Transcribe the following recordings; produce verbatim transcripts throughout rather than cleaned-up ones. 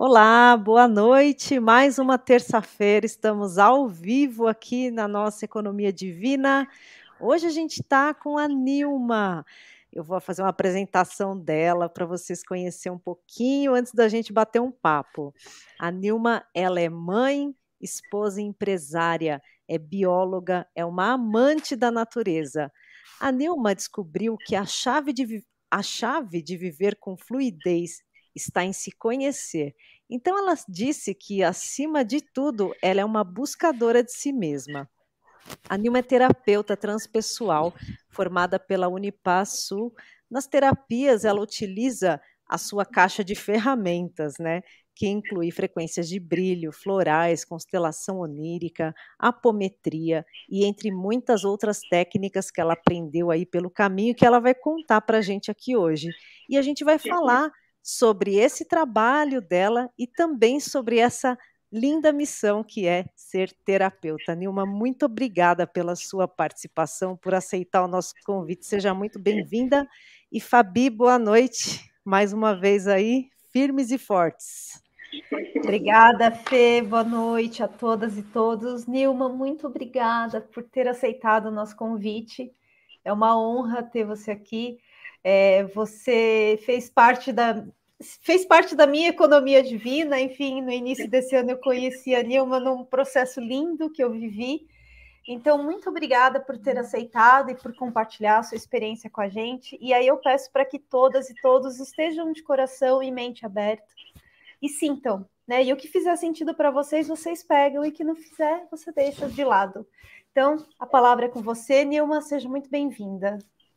Olá, boa noite. Mais uma terça-feira, estamos ao vivo aqui na nossa Economia Divina. Hoje a gente está com a Nilma. Eu vou fazer uma apresentação dela para vocês conhecerem um pouquinho antes da gente bater um papo. A Nilma, ela é mãe, esposa e empresária, é bióloga, é uma amante da natureza. A Nilma descobriu que a chave de, vi- a chave de viver com fluidez está em se conhecer. Então, ela disse que, acima de tudo, ela é uma buscadora de si mesma. A Nilma é terapeuta transpessoal, formada pela Unipasul. Nas terapias, ela utiliza a sua caixa de ferramentas, né? Que inclui frequências de brilho, florais, constelação onírica, apometria e entre muitas outras técnicas que ela aprendeu aí pelo caminho que ela vai contar para a gente aqui hoje. E a gente vai falar sobre esse trabalho dela e também sobre essa linda missão que é ser terapeuta. Nilma, muito obrigada pela sua participação, por aceitar o nosso convite. Seja muito bem-vinda. E Fabi, boa noite. Mais uma vez aí, firmes e fortes. Obrigada, Fê. Boa noite a todas e todos. Nilma, muito obrigada por ter aceitado o nosso convite. É uma honra ter você aqui. É, você fez parte da fez parte da minha economia divina. Enfim, no início desse ano eu conheci a Nilma num processo lindo que eu vivi. Então, muito obrigada por ter aceitado e por compartilhar a sua experiência com a gente. E aí eu peço para que todas e todos estejam de coração e mente aberta e sintam, né? E o que fizer sentido para vocês, vocês pegam, e o que não fizer, você deixa de lado. Então, a palavra é com você, Nilma, seja muito bem-vinda.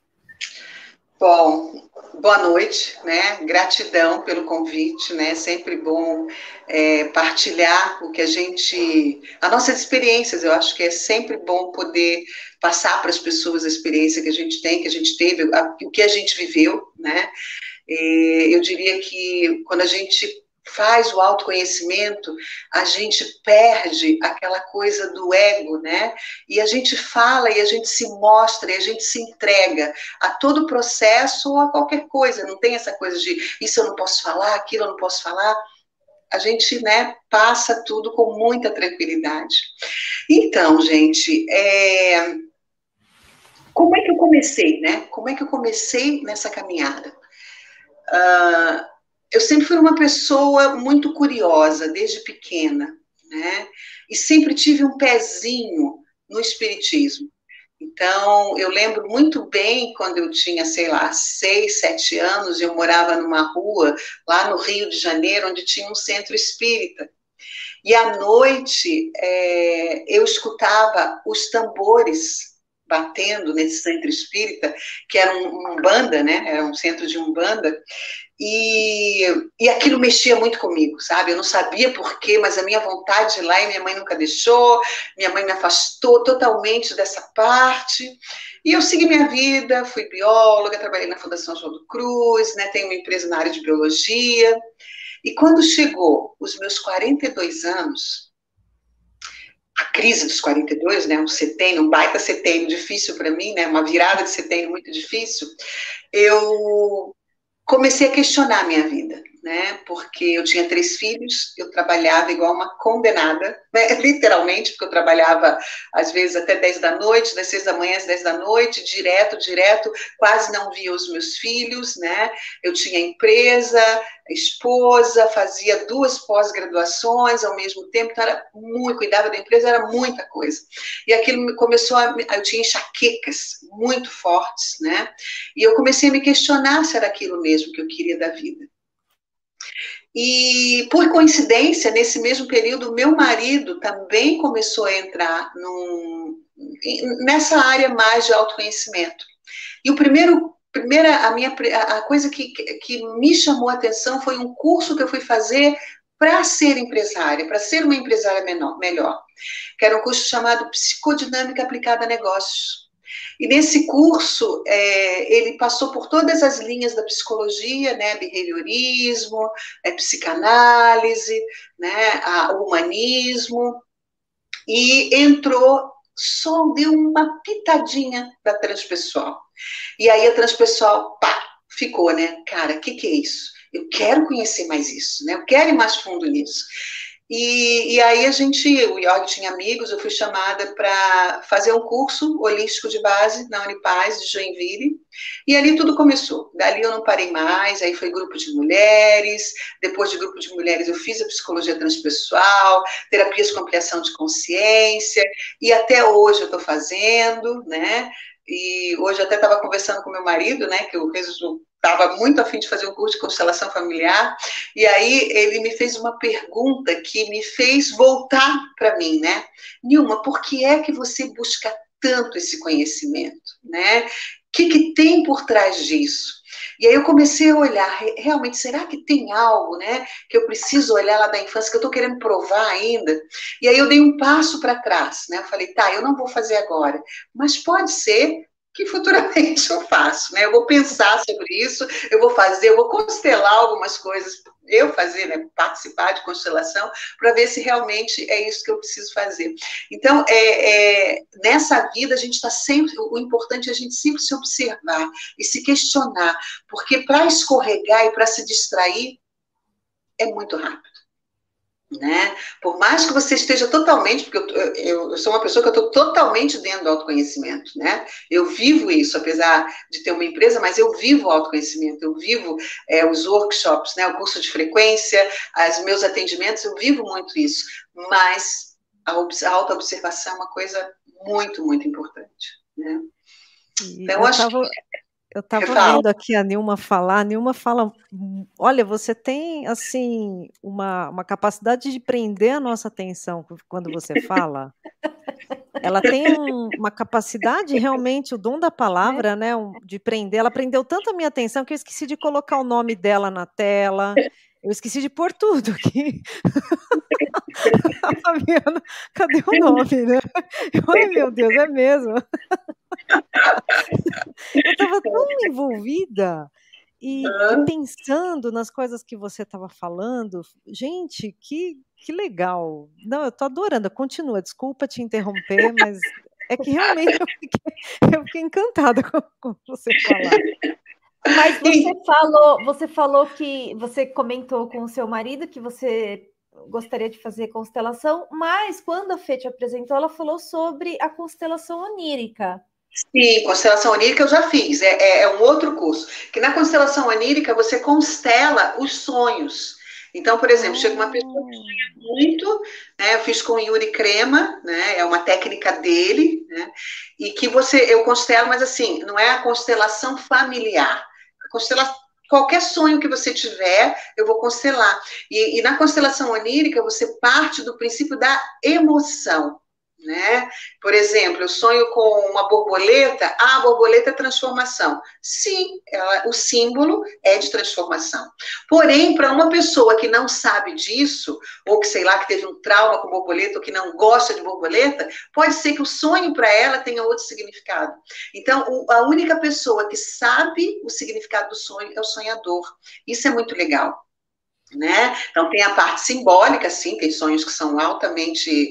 Bom, boa noite, né? Gratidão pelo convite, né? Sempre bom é, partilhar o que a gente, as nossas experiências. Eu acho que é sempre bom poder passar para as pessoas a experiência que a gente tem, que a gente teve, a, o que a gente viveu, né? E eu diria que quando a gente faz o autoconhecimento, a gente perde aquela coisa do ego, né? E a gente fala e a gente se mostra e a gente se entrega a todo o processo ou a qualquer coisa. Não tem essa coisa de isso eu não posso falar, aquilo eu não posso falar. A gente, né, passa tudo com muita tranquilidade. Então, gente, é... como é que eu comecei, né? Como é que eu comecei nessa caminhada? Uh, eu sempre fui uma pessoa muito curiosa, desde pequena, né? E sempre tive um pezinho no espiritismo. Então, eu lembro muito bem quando eu tinha, sei lá, seis, sete anos, eu morava numa rua, lá no Rio de Janeiro, onde tinha um centro espírita. E à noite, é, eu escutava os tambores batendo nesse centro espírita, que era um, um banda, né? Era um centro de umbanda. E, e aquilo mexia muito comigo, sabe? Eu não sabia porquê, mas a minha vontade de ir lá, e minha mãe nunca deixou, minha mãe me afastou totalmente dessa parte, e eu segui minha vida, fui bióloga, trabalhei na Fundação João do Cruz, né, tenho uma empresa na área de biologia, e quando chegou os meus quarenta e dois anos, a crise dos quarenta e dois, né, um setênio, um baita setênio difícil para mim, né, uma virada de setênio muito difícil, eu comecei a questionar a minha vida, né? Porque eu tinha três filhos, eu trabalhava igual uma condenada, né? Literalmente, porque eu trabalhava às vezes até dez da noite, das seis da manhã às dez da noite, direto, direto, quase não via os meus filhos, né? Eu tinha empresa, esposa, fazia duas pós-graduações ao mesmo tempo, então era muito, cuidava da empresa, era muita coisa. E aquilo começou a, eu tinha enxaquecas muito fortes, né? E eu comecei a me questionar se era aquilo mesmo que eu queria da vida. E, por coincidência, nesse mesmo período, meu marido também começou a entrar num, nessa área mais de autoconhecimento. E o primeiro, primeira, a, minha, a coisa que, que me chamou a atenção foi um curso que eu fui fazer para ser empresária, para ser uma empresária menor, melhor, que era um curso chamado Psicodinâmica Aplicada a Negócios. E nesse curso, é, ele passou por todas as linhas da psicologia, né, behaviorismo, é, psicanálise, né, a, o humanismo, e entrou, só deu uma pitadinha da transpessoal. E aí a transpessoal, pá, ficou, né, cara, o que, que é isso? eu quero conhecer mais isso, né? Eu quero ir mais fundo nisso. E, e aí a gente, o Iorg tinha amigos, eu fui chamada para fazer um curso holístico de base na Unipaz de Joinville, e ali tudo começou. Dali eu não parei mais, aí foi grupo de mulheres, depois de grupo de mulheres eu fiz a psicologia transpessoal, terapias com ampliação de consciência, e até hoje eu estou fazendo, né? E hoje eu até estava conversando com meu marido, né, que eu estava muito a fim de fazer um curso de constelação familiar, e aí ele me fez uma pergunta que me fez voltar para mim, né? Nilma, por que é que você busca tanto esse conhecimento, né? O que, que tem por trás disso? E aí eu comecei a olhar, realmente, será que tem algo, né, que eu preciso olhar lá da infância, que eu estou querendo provar ainda? E aí eu dei um passo para trás, né? Eu falei, tá, eu não vou fazer agora, mas pode ser que futuramente eu faço, né? Eu vou pensar sobre isso, eu vou fazer, eu vou constelar algumas coisas, eu fazer, né? Participar de constelação, para ver se realmente é isso que eu preciso fazer. Então, é, é, nessa vida, a gente está sempre, o importante é a gente sempre se observar e se questionar, porque para escorregar e para se distrair, é muito rápido. Né? Por mais que você esteja totalmente, porque eu, eu, eu sou uma pessoa que eu estou totalmente dentro do autoconhecimento, né? Eu vivo isso, apesar de ter uma empresa, mas eu vivo o autoconhecimento, eu vivo é, os workshops, né? O curso de frequência, os meus atendimentos, eu vivo muito isso, mas a, a autoobservação é uma coisa muito, muito importante, né? Então, eu acho tava... que... Eu estava vendo aqui a Nilma falar, a Nilma fala, olha, você tem, assim, uma, uma capacidade de prender a nossa atenção quando você fala. Ela tem um, uma capacidade, realmente, o dom da palavra, né, de prender. Ela prendeu tanto a minha atenção que eu esqueci de colocar o nome dela na tela, eu esqueci de pôr tudo aqui. Fabiana, cadê o nome, né? Ai, meu Deus, é mesmo. Eu estava tão envolvida e, e pensando nas coisas que você estava falando. Gente, que, que legal. Não, eu estou adorando. Continua, desculpa te interromper, mas é que realmente eu fiquei, eu fiquei encantada com, com você falar. Mas você falou, você falou que você comentou com o seu marido que você gostaria de fazer constelação, mas quando a Fê te apresentou, ela falou sobre a constelação onírica. Sim, constelação onírica eu já fiz, é, é, é um outro curso, que na constelação onírica você constela os sonhos. Então, por exemplo, chega uma pessoa que sonha muito, né, eu fiz com o Yuri Crema, né, é uma técnica dele, né, e que você, eu constelo, mas assim, não é a constelação familiar, a constelação, qualquer sonho que você tiver, eu vou constelar. E, e na constelação onírica, você parte do princípio da emoção. Né? Por exemplo, eu sonho com uma borboleta, ah, a borboleta é transformação. Sim, ela, o símbolo é de transformação. Porém, para uma pessoa que não sabe disso, ou que, sei lá, que teve um trauma com borboleta, ou que não gosta de borboleta, pode ser que o sonho para ela tenha outro significado. Então, o, a única pessoa que sabe o significado do sonho é o sonhador. Isso é muito legal. Né? Então, tem a parte simbólica, sim, tem sonhos que são altamente...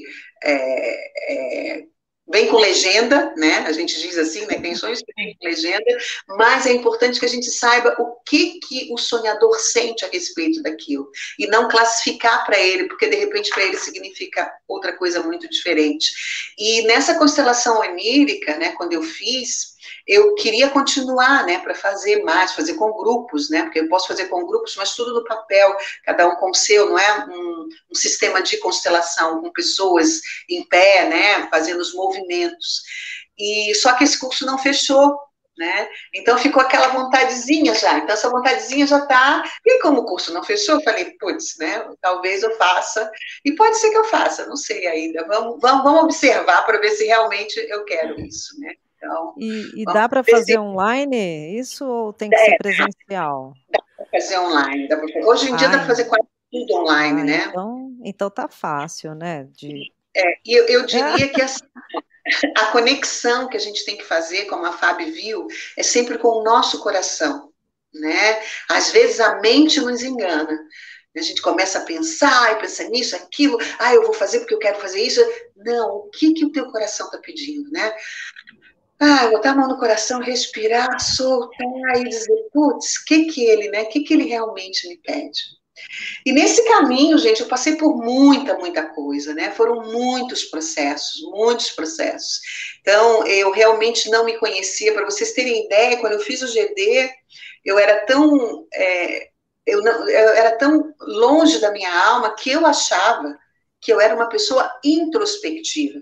É, é, vem com legenda, né? A gente diz assim, né? Tem sonhos que vem com legenda, mas é importante que a gente saiba o que, que o sonhador sente a respeito daquilo, e não classificar para ele, porque de repente para ele significa outra coisa muito diferente. E nessa constelação onírica, né, quando eu fiz, eu queria continuar, né, para fazer mais, fazer com grupos, né, porque eu posso fazer com grupos, mas tudo no papel, cada um com o seu, não é um, um sistema de constelação com pessoas em pé, né, fazendo os movimentos. E só que esse curso não fechou, né, então ficou aquela vontadezinha já, então essa vontadezinha já está, e como o curso não fechou, eu falei, putz, né, talvez eu faça, e pode ser que eu faça, não sei ainda, vamos, vamos, vamos observar para ver se realmente eu quero isso, né. Então, e, e dá para fazer se... online isso ou tem que é, ser presencial? Dá para fazer online. Dá pra... Hoje em dia Ai, dá para fazer quase tudo online, ah, né? Então, então tá fácil, né? De... É, e eu, eu diria que assim, a conexão que a gente tem que fazer, como a Fábio viu, é sempre com o nosso coração, né? Às vezes a mente nos engana. A gente começa a pensar e pensar nisso, aquilo, ah, eu vou fazer porque eu quero fazer isso. Não, o que, que o teu coração está pedindo, né? Ah, botar a mão no coração, respirar, soltar e dizer, putz, o que que ele, né? O que que ele realmente me pede? E nesse caminho, gente, eu passei por muita, muita coisa, né? Foram muitos processos, muitos processos. Então, eu realmente não me conhecia. Para vocês terem ideia, quando eu fiz o G D, eu era tão, é, eu, não, eu era tão longe da minha alma que eu achava que eu era uma pessoa introspectiva.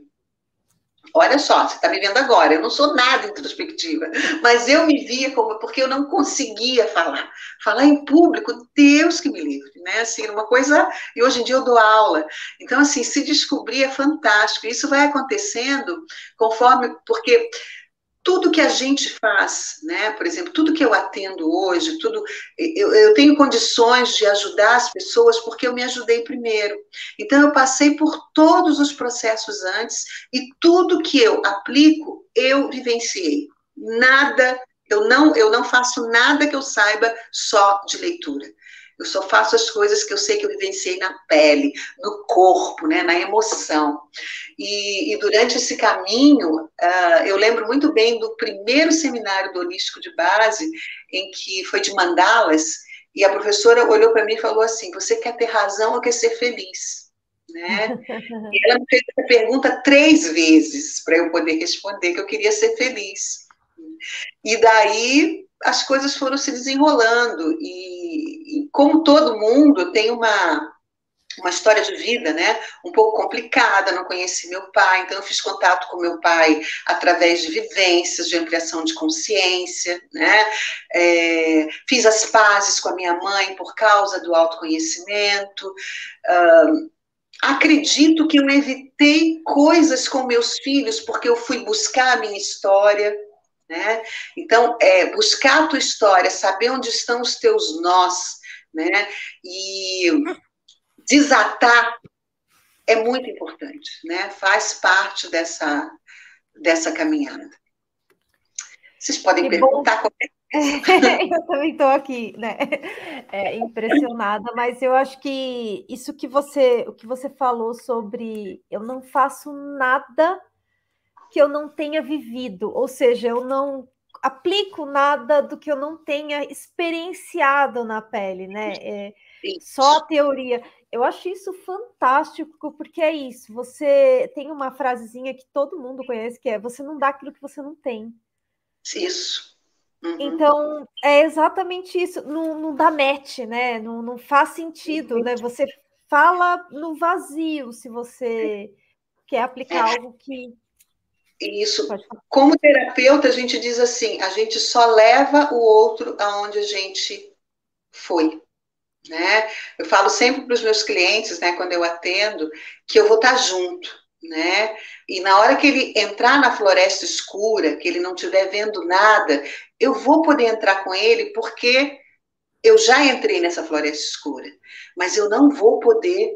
Olha só, você está me vendo agora, eu não sou nada introspectiva, mas eu me via como, porque eu não conseguia falar. Falar em público, Deus que me livre, né? Assim, uma coisa, e hoje em dia eu dou aula. Então, assim, se descobrir é fantástico. Isso vai acontecendo conforme, porque tudo que a gente faz, né? Por exemplo, tudo que eu atendo hoje, tudo, eu, eu tenho condições de ajudar as pessoas porque eu me ajudei primeiro. Então, eu passei por todos os processos antes e tudo que eu aplico, eu vivenciei. Nada, eu não, eu não faço nada que eu saiba só de leitura. Eu só faço as coisas que eu sei que eu vivenciei na pele, no corpo, né, na emoção. E, e durante esse caminho, uh, eu lembro muito bem do primeiro seminário do Holístico de Base, em que foi de mandalas, e a professora olhou para mim e falou assim, você quer ter razão ou quer ser feliz? Né? E ela me fez essa pergunta três vezes, para eu poder responder que eu queria ser feliz. E daí as coisas foram se desenrolando, e, e como todo mundo, tem uma... uma história de vida, né, um pouco complicada, não conheci meu pai, então eu fiz contato com meu pai através de vivências, de ampliação de consciência, né, é, fiz as pazes com a minha mãe por causa do autoconhecimento, uh, acredito que eu evitei coisas com meus filhos porque eu fui buscar a minha história, né, então, é, buscar a tua história, saber onde estão os teus nós, né, e desatar é muito importante, né? Faz parte dessa, dessa caminhada. Vocês podem que perguntar bom. Qualquer coisa. Eu também estou aqui, né? É, impressionada, mas eu acho que isso que você, o que você falou sobre eu não faço nada que eu não tenha vivido, ou seja, eu não aplico nada do que eu não tenha experienciado na pele, né? É, só a teoria. Eu acho isso fantástico, porque é isso. Você tem uma frasezinha que todo mundo conhece, que é você não dá aquilo que você não tem. Isso. Uhum. Então, é exatamente isso. Não, não dá match, né? Não, não faz sentido, uhum. né? Você fala no vazio se você quer aplicar é. algo que... Isso. Como terapeuta, a gente diz assim, a gente só leva o outro aonde a gente foi. Né? Eu falo sempre para os meus clientes, né, quando eu atendo, que eu vou estar junto, né? E na hora que ele entrar na floresta escura, que ele não estiver vendo nada, eu vou poder entrar com ele porque eu já entrei nessa floresta escura, mas eu não vou poder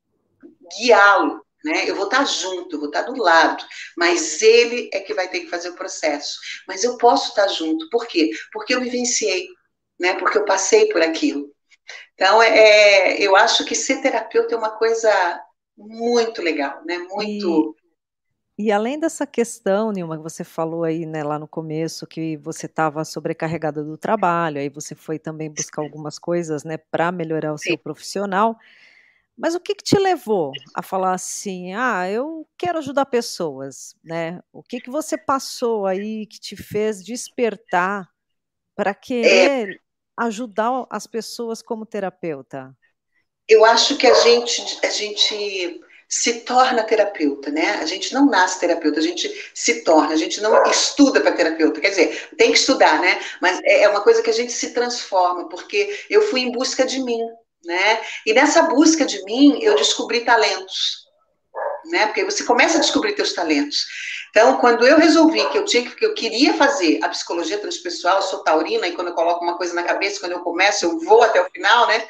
guiá-lo, né? Eu vou estar junto, eu vou estar do lado, mas ele é que vai ter que fazer o processo. Mas eu posso estar junto, por quê? Porque eu vivenciei, né? Porque eu passei por aquilo. Então, é, eu acho que ser terapeuta é uma coisa muito legal, né? Muito... E, e além dessa questão, Nilma, que você falou aí, né, lá no começo, que você estava sobrecarregada do trabalho, aí você foi também buscar algumas coisas, né, para melhorar o Sim. seu profissional, mas o que, que te levou a falar assim, ah, eu quero ajudar pessoas, né? O que, que você passou aí que te fez despertar para querer... É... ajudar as pessoas como terapeuta? Eu acho que a gente, a gente se torna terapeuta, né? A gente não nasce terapeuta, a gente se torna, a gente não estuda para terapeuta, quer dizer, tem que estudar, né? Mas é uma coisa que a gente se transforma, porque eu fui em busca de mim, né? E nessa busca de mim, eu descobri talentos, né? Porque você começa a descobrir teus talentos. Então, quando eu resolvi que eu tinha que eu queria fazer a psicologia transpessoal, eu sou taurina, e quando eu coloco uma coisa na cabeça, quando eu começo, eu vou até o final, né?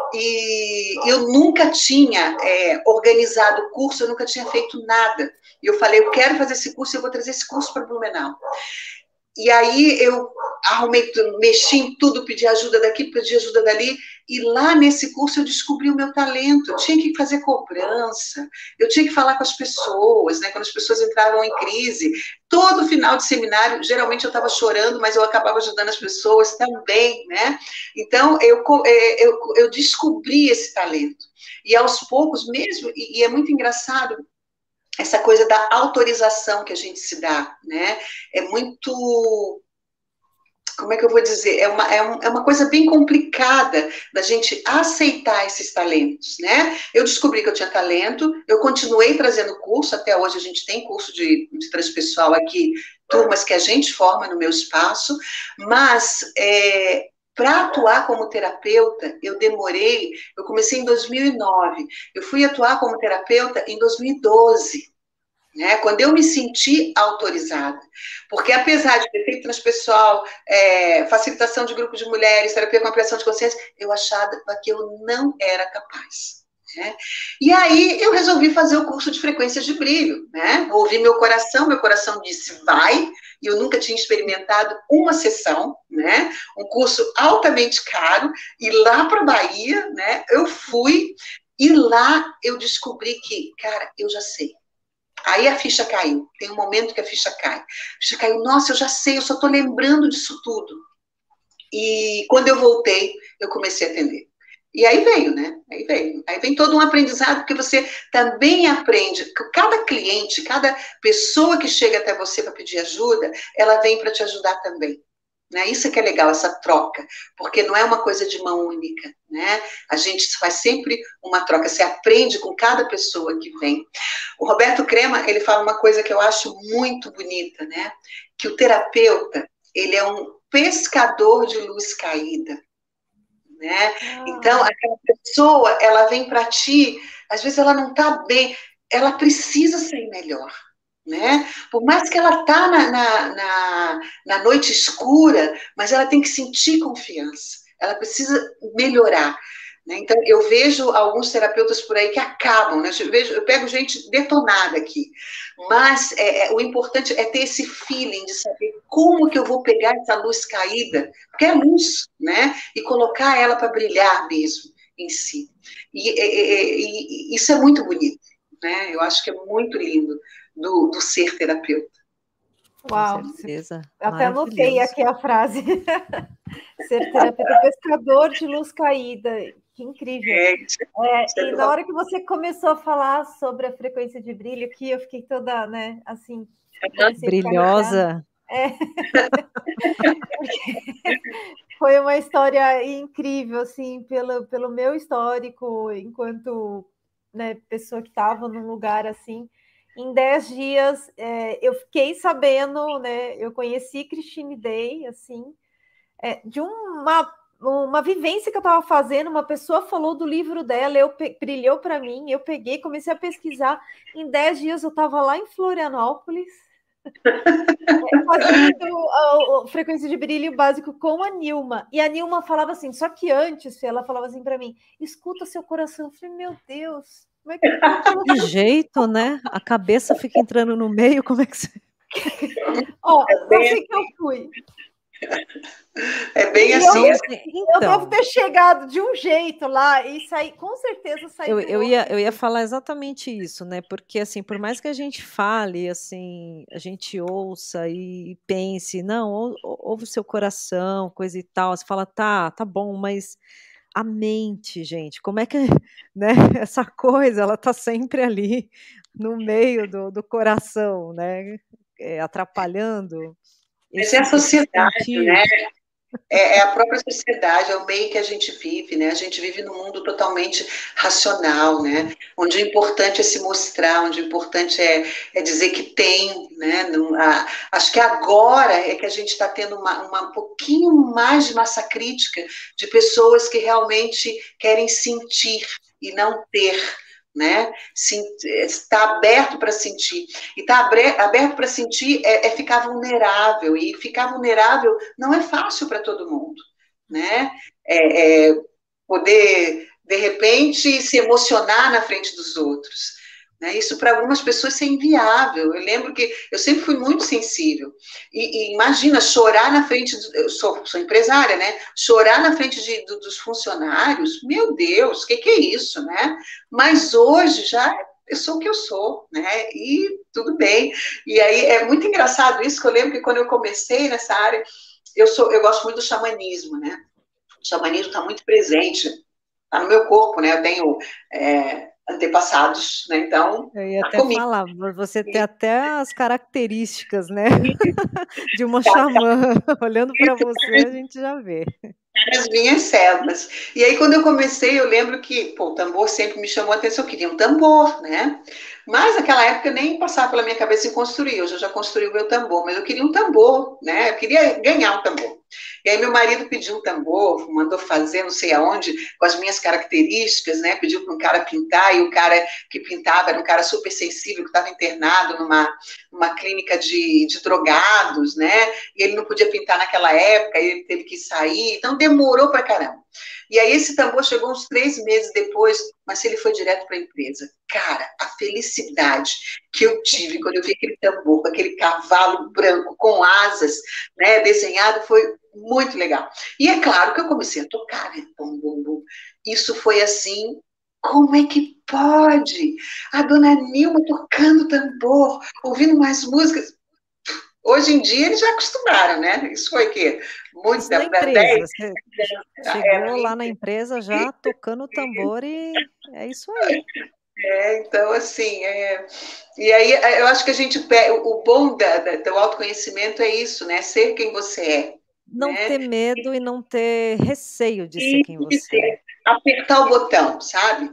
E eu nunca tinha é, organizado o curso, eu nunca tinha feito nada. E eu falei, eu quero fazer esse curso, eu vou trazer esse curso para Blumenau. e aí eu arrumei, mexi em tudo, pedi ajuda daqui, pedi ajuda dali, e lá nesse curso eu descobri o meu talento. Eu tinha que fazer cobrança, eu tinha que falar com as pessoas, né? Quando as pessoas entravam em crise, todo final de seminário, geralmente eu estava chorando, mas eu acabava ajudando as pessoas também, né? Então, eu, eu, eu descobri esse talento. E aos poucos mesmo, e, e é muito engraçado, essa coisa da autorização que a gente se dá, né? É muito... Como é que eu vou dizer? É uma, é, um, é uma coisa bem complicada da gente aceitar esses talentos, né? Eu descobri que eu tinha talento, eu continuei trazendo curso, até hoje a gente tem curso de, de transpessoal aqui, turmas que a gente forma no meu espaço, mas é, para atuar como terapeuta, eu demorei, eu comecei em dois mil e nove, eu fui atuar como terapeuta em dois mil e doze, né, quando eu me senti autorizada, porque apesar de ter feito transpessoal, é, facilitação de grupo de mulheres, terapia com ampliação de consciência, eu achava que eu não era capaz. Né? E aí eu resolvi fazer o curso de frequências de brilho, né? Ouvi meu coração, meu coração disse vai, e eu nunca tinha experimentado uma sessão, né? Um curso altamente caro, e lá para a Bahia, né? Eu fui, e lá eu descobri que, cara, eu já sei. Aí a ficha caiu, tem um momento que a ficha cai. A ficha caiu, nossa, eu já sei, eu só estou lembrando disso tudo. E quando eu voltei, eu comecei a atender. E aí veio, né? Aí veio. Aí vem todo um aprendizado, porque você também aprende. Cada cliente, cada pessoa que chega até você para pedir ajuda, ela vem para te ajudar também. Né? Isso é que é legal, essa troca, porque não é uma coisa de mão única, né? A gente faz sempre uma troca, você aprende com cada pessoa que vem. O Roberto Crema, ele fala uma coisa que eu acho muito bonita, né? Que o terapeuta, ele é um pescador de luz caída, né? Ah. Então, aquela pessoa, ela vem para ti, às vezes ela não está bem, ela precisa ser melhor. Né? Por mais que ela está na, na, na, na noite escura, mas ela tem que sentir confiança, ela precisa melhorar. Né? Então, eu vejo alguns terapeutas por aí que acabam, né? eu, vejo, eu pego gente detonada aqui, mas é, é, o importante é ter esse feeling de saber como que eu vou pegar essa luz caída, porque é luz, né? E colocar ela para brilhar mesmo em si. E, e, e, e isso é muito bonito, né? Eu acho que é muito lindo. Do, do ser terapeuta. Uau, com certeza. Até anotei aqui a frase. Ser terapeuta, pescador de luz caída. Que incrível. É, é, e na hora que você começou a falar sobre a frequência de brilho, que eu fiquei toda, né, assim... Brilhosa. É. Foi uma história incrível, assim, pelo, pelo meu histórico, enquanto, né, pessoa que estava num lugar assim. Em dez dias, é, eu fiquei sabendo, né? Eu conheci Christine Day, assim, é, de uma, uma vivência que eu estava fazendo. Uma pessoa falou do livro dela, eu brilhou para mim, eu peguei, comecei a pesquisar. Em dez dias, eu estava lá em Florianópolis, é, fazendo a, a frequência de brilho básico com a Nilma. E a Nilma falava assim, só que antes, ela falava assim para mim, escuta seu coração. Eu falei, meu Deus... Como é que... De jeito, né? A cabeça fica entrando no meio, como é que você... Ó, oh, eu sei que eu fui. É bem assim. Eu, então, eu devo ter chegado de um jeito lá e sair, com certeza sair. Eu, eu, ia, eu ia falar exatamente isso, né? Porque, assim, por mais que a gente fale, assim, a gente ouça e pense, não, ou, ouve o seu coração, coisa e tal, você fala, tá, tá bom, mas... A mente, gente, como é que, né, essa coisa, ela está sempre ali no meio do, do coração, né, é, atrapalhando. Mas é a sociedade, né, é, é a própria sociedade, é o meio que a gente vive, né, a gente vive num mundo totalmente racional, né, onde o importante é se mostrar, onde o importante é, é dizer que tem, né, não, a, acho que agora é que a gente está tendo uma, uma, um pouquinho mais de massa crítica de pessoas que realmente querem sentir e não ter, né, está aberto para sentir, e está aberto para sentir é, é ficar vulnerável, e ficar vulnerável não é fácil para todo mundo, né, é, é poder, de repente, se emocionar na frente dos outros, Né? Isso para algumas pessoas é inviável. Eu lembro que eu sempre fui muito sensível. E, e imagina, chorar na frente, do, eu sou, sou empresária, né? Chorar na frente de, do, dos funcionários, meu Deus, o que, que é isso, né? Mas hoje já eu sou o que eu sou, né? E tudo bem. E aí é muito engraçado isso, que eu lembro que quando eu comecei nessa área, eu, sou, eu gosto muito do xamanismo, né? O xamanismo está muito presente, está no meu corpo, né? Eu tenho é, antepassados, né? Então, eu ia tá até comigo. falar, você tem até as características, né, de uma xamã. Olhando para você, a gente já vê. As minhas células. E aí, quando eu comecei, eu lembro que, pô, o tambor sempre me chamou a atenção, eu queria um tambor, né? Mas naquela época nem passava pela minha cabeça em construir, hoje eu já construí o meu tambor, mas eu queria um tambor, né? Eu queria ganhar um tambor. E aí meu marido pediu um tambor, mandou fazer não sei aonde, com as minhas características, né? Pediu para um cara pintar, e o cara que pintava era um cara super sensível, que estava internado numa, numa clínica de, de drogados, né? E ele não podia pintar naquela época, ele teve que sair, então demorou pra caramba. E aí esse tambor chegou uns três meses depois, mas ele foi direto para a empresa. Cara, a felicidade que eu tive quando eu vi aquele tambor, com aquele cavalo branco com asas, né, desenhado, foi muito legal. E é claro que eu comecei a tocar, né, bum, bum, bum. Isso foi assim, como é que pode? A dona Nilma tocando tambor, ouvindo mais músicas. Hoje em dia eles já acostumaram, né? Isso foi que muito Isso na da, da empresa, dez, você é, chegou lá na empresa já tocando o tambor e é isso aí. é, então assim, é, e aí eu acho que a gente o bom da, da, do autoconhecimento é isso, né? Ser quem você é, Não né? ter medo e não ter receio de ser E quem você é. apertar o botão, sabe?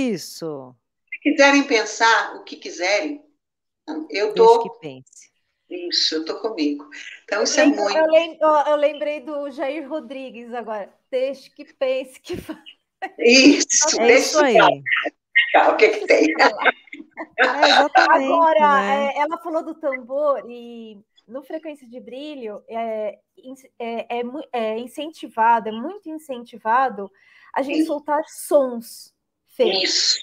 Isso. Se quiserem pensar o que quiserem, eu Deixe que tô pense. isso, eu tô comigo. Então Eu, isso é lembro, muito. eu, lembro, eu lembrei do Jair Rodrigues agora. Deixe que pense que Isso, É isso deixa eu aí. falar, o que que tem. É exatamente, Agora, né? é, ela falou do tambor e no Frequência de Brilho é, é, é, é incentivado, é muito incentivado a gente soltar sons, Fê. Isso.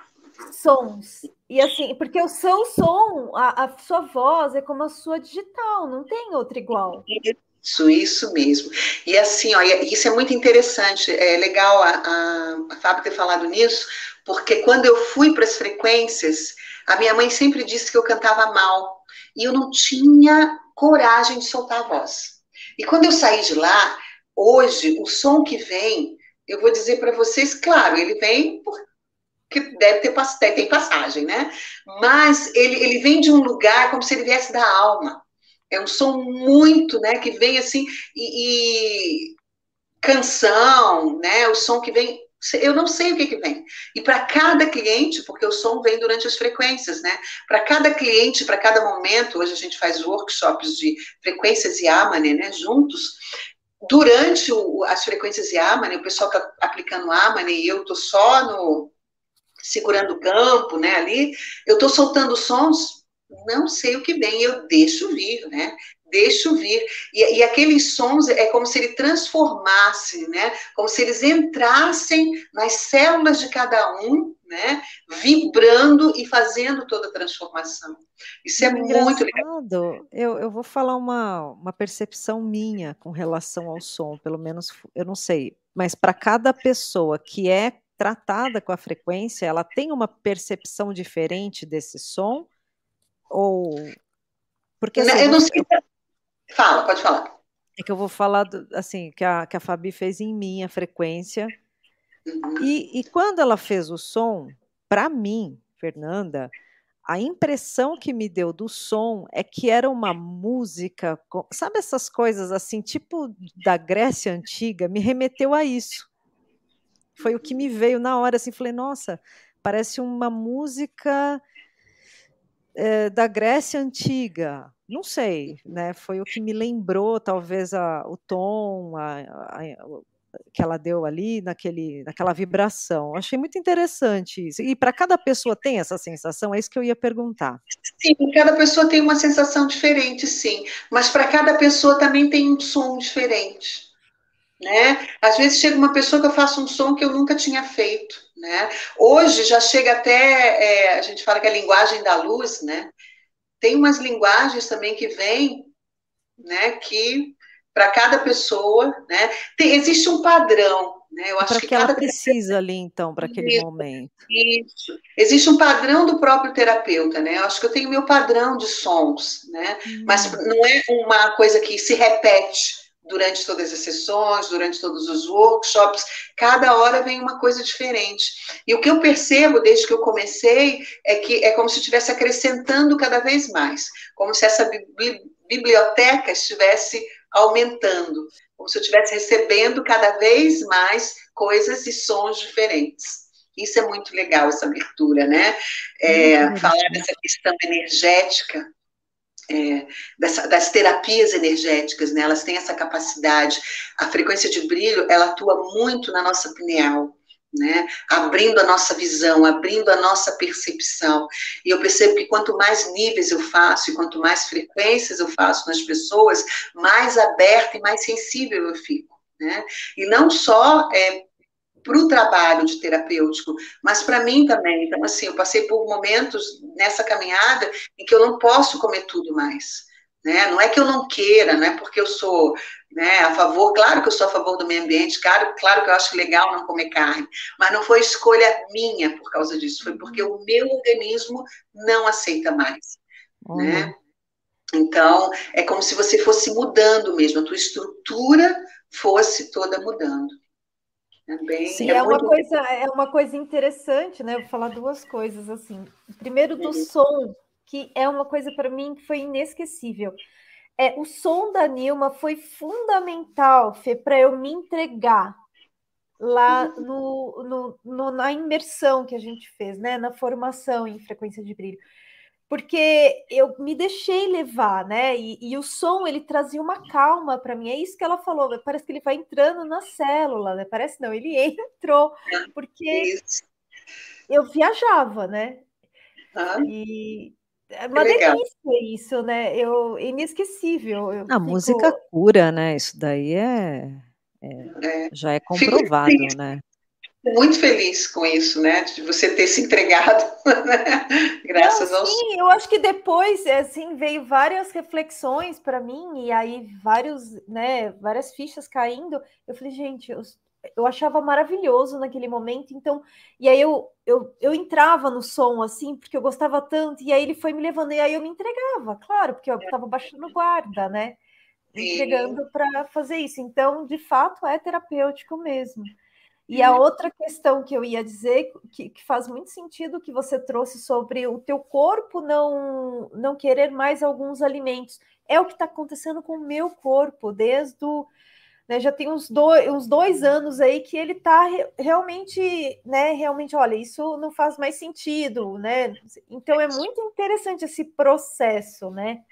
Sons. E assim, porque o seu som, a, a sua voz é como a sua digital, não tem outra igual. Isso, isso mesmo. E assim, ó, isso é muito interessante. É legal a, a, a Fábio ter falado nisso, porque quando eu fui para as frequências, a minha mãe sempre disse que eu cantava mal. E eu não tinha coragem de soltar a voz. E quando eu saí de lá, hoje, o som que vem, eu vou dizer para vocês, claro, ele vem porque deve ter tem passagem, né? Mas ele, ele vem de um lugar como se ele viesse da alma. É um som muito, né, que vem assim, e, e canção, né, o som que vem, eu não sei o que que vem. E para cada cliente, porque o som vem durante as frequências, né, para cada cliente, para cada momento, hoje a gente faz workshops de frequências e Yamane, né, juntos, durante o, as frequências Yamane, o pessoal está aplicando Yamane e eu estou só no, segurando o campo, né, ali, eu estou soltando sons, não sei o que vem, eu deixo vir, né? Deixo vir. E, e aqueles sons é como se ele transformasse, né? Como se eles entrassem nas células de cada um, né? Vibrando e fazendo toda a transformação. Isso é muito legal. Eu, eu vou falar uma, uma percepção minha com relação ao som, pelo menos eu não sei, mas para cada pessoa que é tratada com a frequência, ela tem uma percepção diferente desse som? Ou porque assim, Não, eu, eu vou, não sei. Fala, pode falar. É que eu vou falar do, assim, que a, que a Fabi fez em mim a frequência. Uhum. E, e quando ela fez o som, para mim, Fernanda, a impressão que me deu do som é que era uma música, sabe essas coisas assim, tipo da Grécia Antiga, me remeteu a isso. Foi o que me veio na hora, assim, falei, nossa, parece uma música é, da Grécia Antiga. Não sei, né? Foi o que me lembrou, talvez, a, o tom a, a, a, que ela deu ali, naquele, naquela vibração. Achei muito interessante isso. E para cada pessoa tem essa sensação? É isso que eu ia perguntar. Sim, cada pessoa tem uma sensação diferente, sim. Mas para cada pessoa também tem um som diferente. né? Às vezes chega uma pessoa que eu faço um som que eu nunca tinha feito, né? Hoje já chega até, é, a gente fala que é a linguagem da luz, né? Tem umas linguagens também que vêm, né? Que para cada pessoa, né? Tem, existe um padrão, né? Eu É acho para o que que ela cada precisa ali, então, para aquele isso, momento. isso. Existe um padrão do próprio terapeuta, né? Eu acho que eu tenho meu padrão de sons, né? Mas Hum. não é uma coisa que se repete durante todas as sessões, durante todos os workshops. Cada hora vem uma coisa diferente. E o que eu percebo desde que eu comecei é que é como se estivesse acrescentando cada vez mais, como se essa bi- biblioteca estivesse aumentando, como se eu estivesse recebendo cada vez mais coisas e sons diferentes. Isso é muito legal, essa abertura, né? Muito É, falar interessante. dessa questão energética, é, dessa, das terapias energéticas, né? Elas têm essa capacidade. A frequência de brilho, ela atua muito na nossa pineal, né? Abrindo a nossa visão, abrindo a nossa percepção. E eu percebo que quanto mais níveis eu faço e quanto mais frequências eu faço nas pessoas, mais aberta e mais sensível eu fico, né? E não só é, para o trabalho de terapêutico, mas para mim também. Então, assim, eu passei por momentos nessa caminhada em que eu não posso comer tudo mais. Né? Não é que eu não queira, não é porque eu sou, né, a favor, claro que eu sou a favor do meio ambiente, claro, claro que eu acho legal não comer carne, mas não foi escolha minha por causa disso, foi porque o meu organismo não aceita mais. Olha. Né? Então, é como se você fosse mudando mesmo, a tua estrutura fosse toda mudando. É bem, E é é uma muito coisa, é uma coisa interessante, né? Eu vou falar duas coisas assim. Primeiro do som, que é uma coisa para mim que foi inesquecível. É, o som da Nilma foi fundamental, Fê, para eu me entregar lá no, no, no, na imersão que a gente fez, né? Na formação em frequência de brilho. Porque eu me deixei levar, né? E, e o som ele trazia uma calma para mim. É isso que ela falou. Parece que ele vai entrando na célula, né? Parece não, ele entrou, porque isso. eu viajava, né? Ah, E é que uma legal. delícia isso, né? Eu inesquecível. Eu A fico. música cura, né? Isso daí é, é É. já é Fico comprovado, feliz, né? muito feliz com isso, né? De você ter se entregado, né? Não, Graças ao som. sim, eu acho que depois, assim, veio várias reflexões para mim, e aí vários, né, várias fichas caindo. Eu falei, gente, eu, eu achava maravilhoso naquele momento, então, e aí eu, eu, eu entrava no som, assim, porque eu gostava tanto, e aí ele foi me levando, e aí eu me entregava, claro, porque eu estava baixando guarda, né, Sim, entregando para fazer isso. Então, de fato, é terapêutico mesmo. E a é. outra questão que eu ia dizer, que, que faz muito sentido que você trouxe sobre o teu corpo não, não querer mais alguns alimentos, é o que está acontecendo com o meu corpo, desde o, né, já tem uns dois, uns dois anos aí que ele está re, realmente, né, realmente, olha, isso não faz mais sentido, né? Então é muito interessante esse processo, né?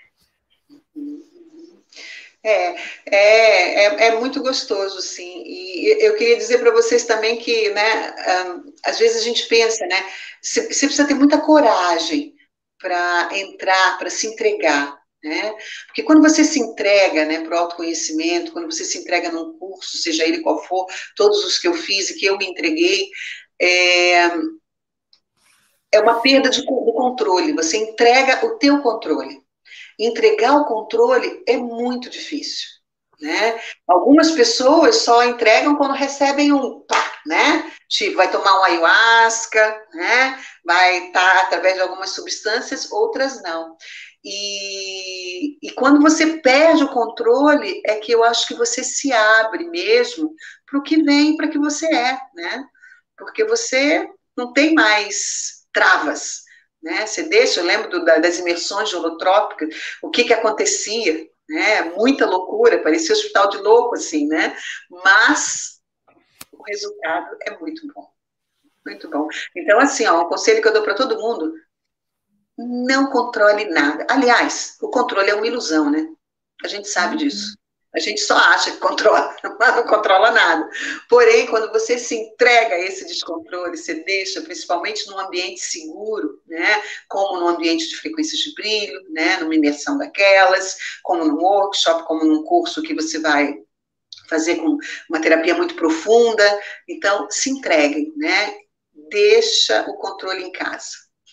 É, é, é, é muito gostoso, sim. E eu queria dizer para vocês também que, né, um, às vezes a gente pensa, né, você, você precisa ter muita coragem para entrar, para se entregar, né? Porque quando você se entrega, né, para o autoconhecimento, quando você se entrega num curso, seja ele qual for, todos os que eu fiz e que eu me entreguei, é, é uma perda de, do controle. Você entrega o teu controle. Entregar o controle é muito difícil, né? Algumas pessoas só entregam quando recebem um, né? Tipo, vai tomar um ayahuasca, né? Vai estar através de algumas substâncias, outras não. E, e quando você perde o controle, é que eu acho que você se abre mesmo para o que vem, para que você é, né? Porque você não tem mais travas, né? Você deixa, eu lembro do, das imersões holotrópicas, o que que acontecia, né? Muita loucura, parecia um hospital de louco, assim, né? Mas o resultado é muito bom, muito bom. Então, assim, ó, um conselho que eu dou para todo mundo, não controle nada. Aliás, o controle é uma ilusão, né? A gente sabe Uhum. disso. A gente só acha que controla, mas não controla nada. Porém, quando você se entrega a esse descontrole, você deixa, principalmente num ambiente seguro, né, como num ambiente de frequências de brilho, né, numa imersão daquelas, como num workshop, como num curso que você vai fazer com uma terapia muito profunda. Então, se entreguem, né? Deixa o controle em casa.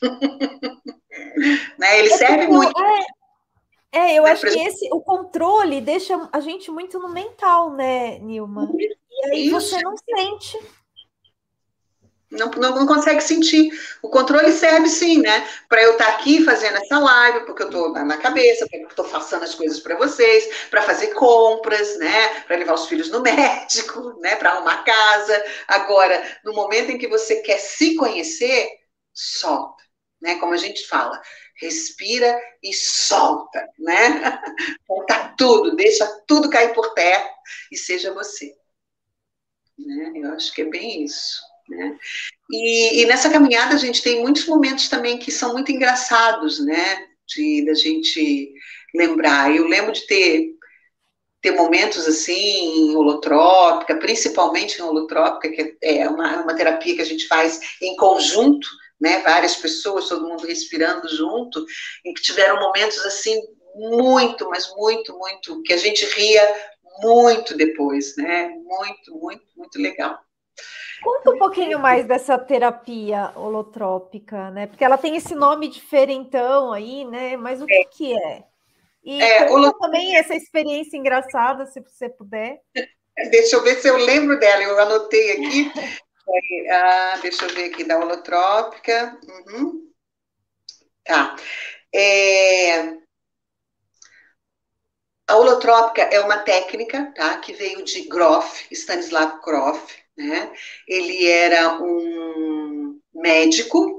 Né? Ele É serve tipo, muito. É, é, eu né, acho pra que gente- esse, o controle deixa a gente muito no mental, né, Nilma? E aí Isso. você não sente. Não, não, não consegue sentir. O controle serve sim, né? Para eu estar aqui fazendo essa live, porque eu estou na, na cabeça, porque eu estou passando as coisas para vocês, para fazer compras, né? Para levar os filhos no médico, né? Para arrumar casa. Agora, no momento em que você quer se conhecer, solta, né? Como a gente fala, respira e solta, né? Solta tudo, deixa tudo cair por terra e seja você. Né? Eu acho que é bem isso. Né? E, e nessa caminhada a gente tem muitos momentos também que são muito engraçados, né? De da gente lembrar. Eu lembro de ter, ter momentos assim em holotrópica, principalmente em holotrópica, que é uma, uma terapia que a gente faz em conjunto, né? Várias pessoas, todo mundo respirando junto, em que tiveram momentos assim muito, mas muito, muito, que a gente ria muito depois, né? Muito, muito, muito legal. Conta um pouquinho mais dessa terapia holotrópica, né? Porque ela tem esse nome diferentão aí, né? Mas o que que é? E É, conta holo... também essa experiência engraçada, se você puder. Deixa eu ver se eu lembro dela, eu anotei aqui. Ah, deixa eu ver aqui, da holotrópica. Uhum. Tá. É... A holotrópica é uma técnica, tá, que veio de Grof, Stanislav Grof, né? Ele era um médico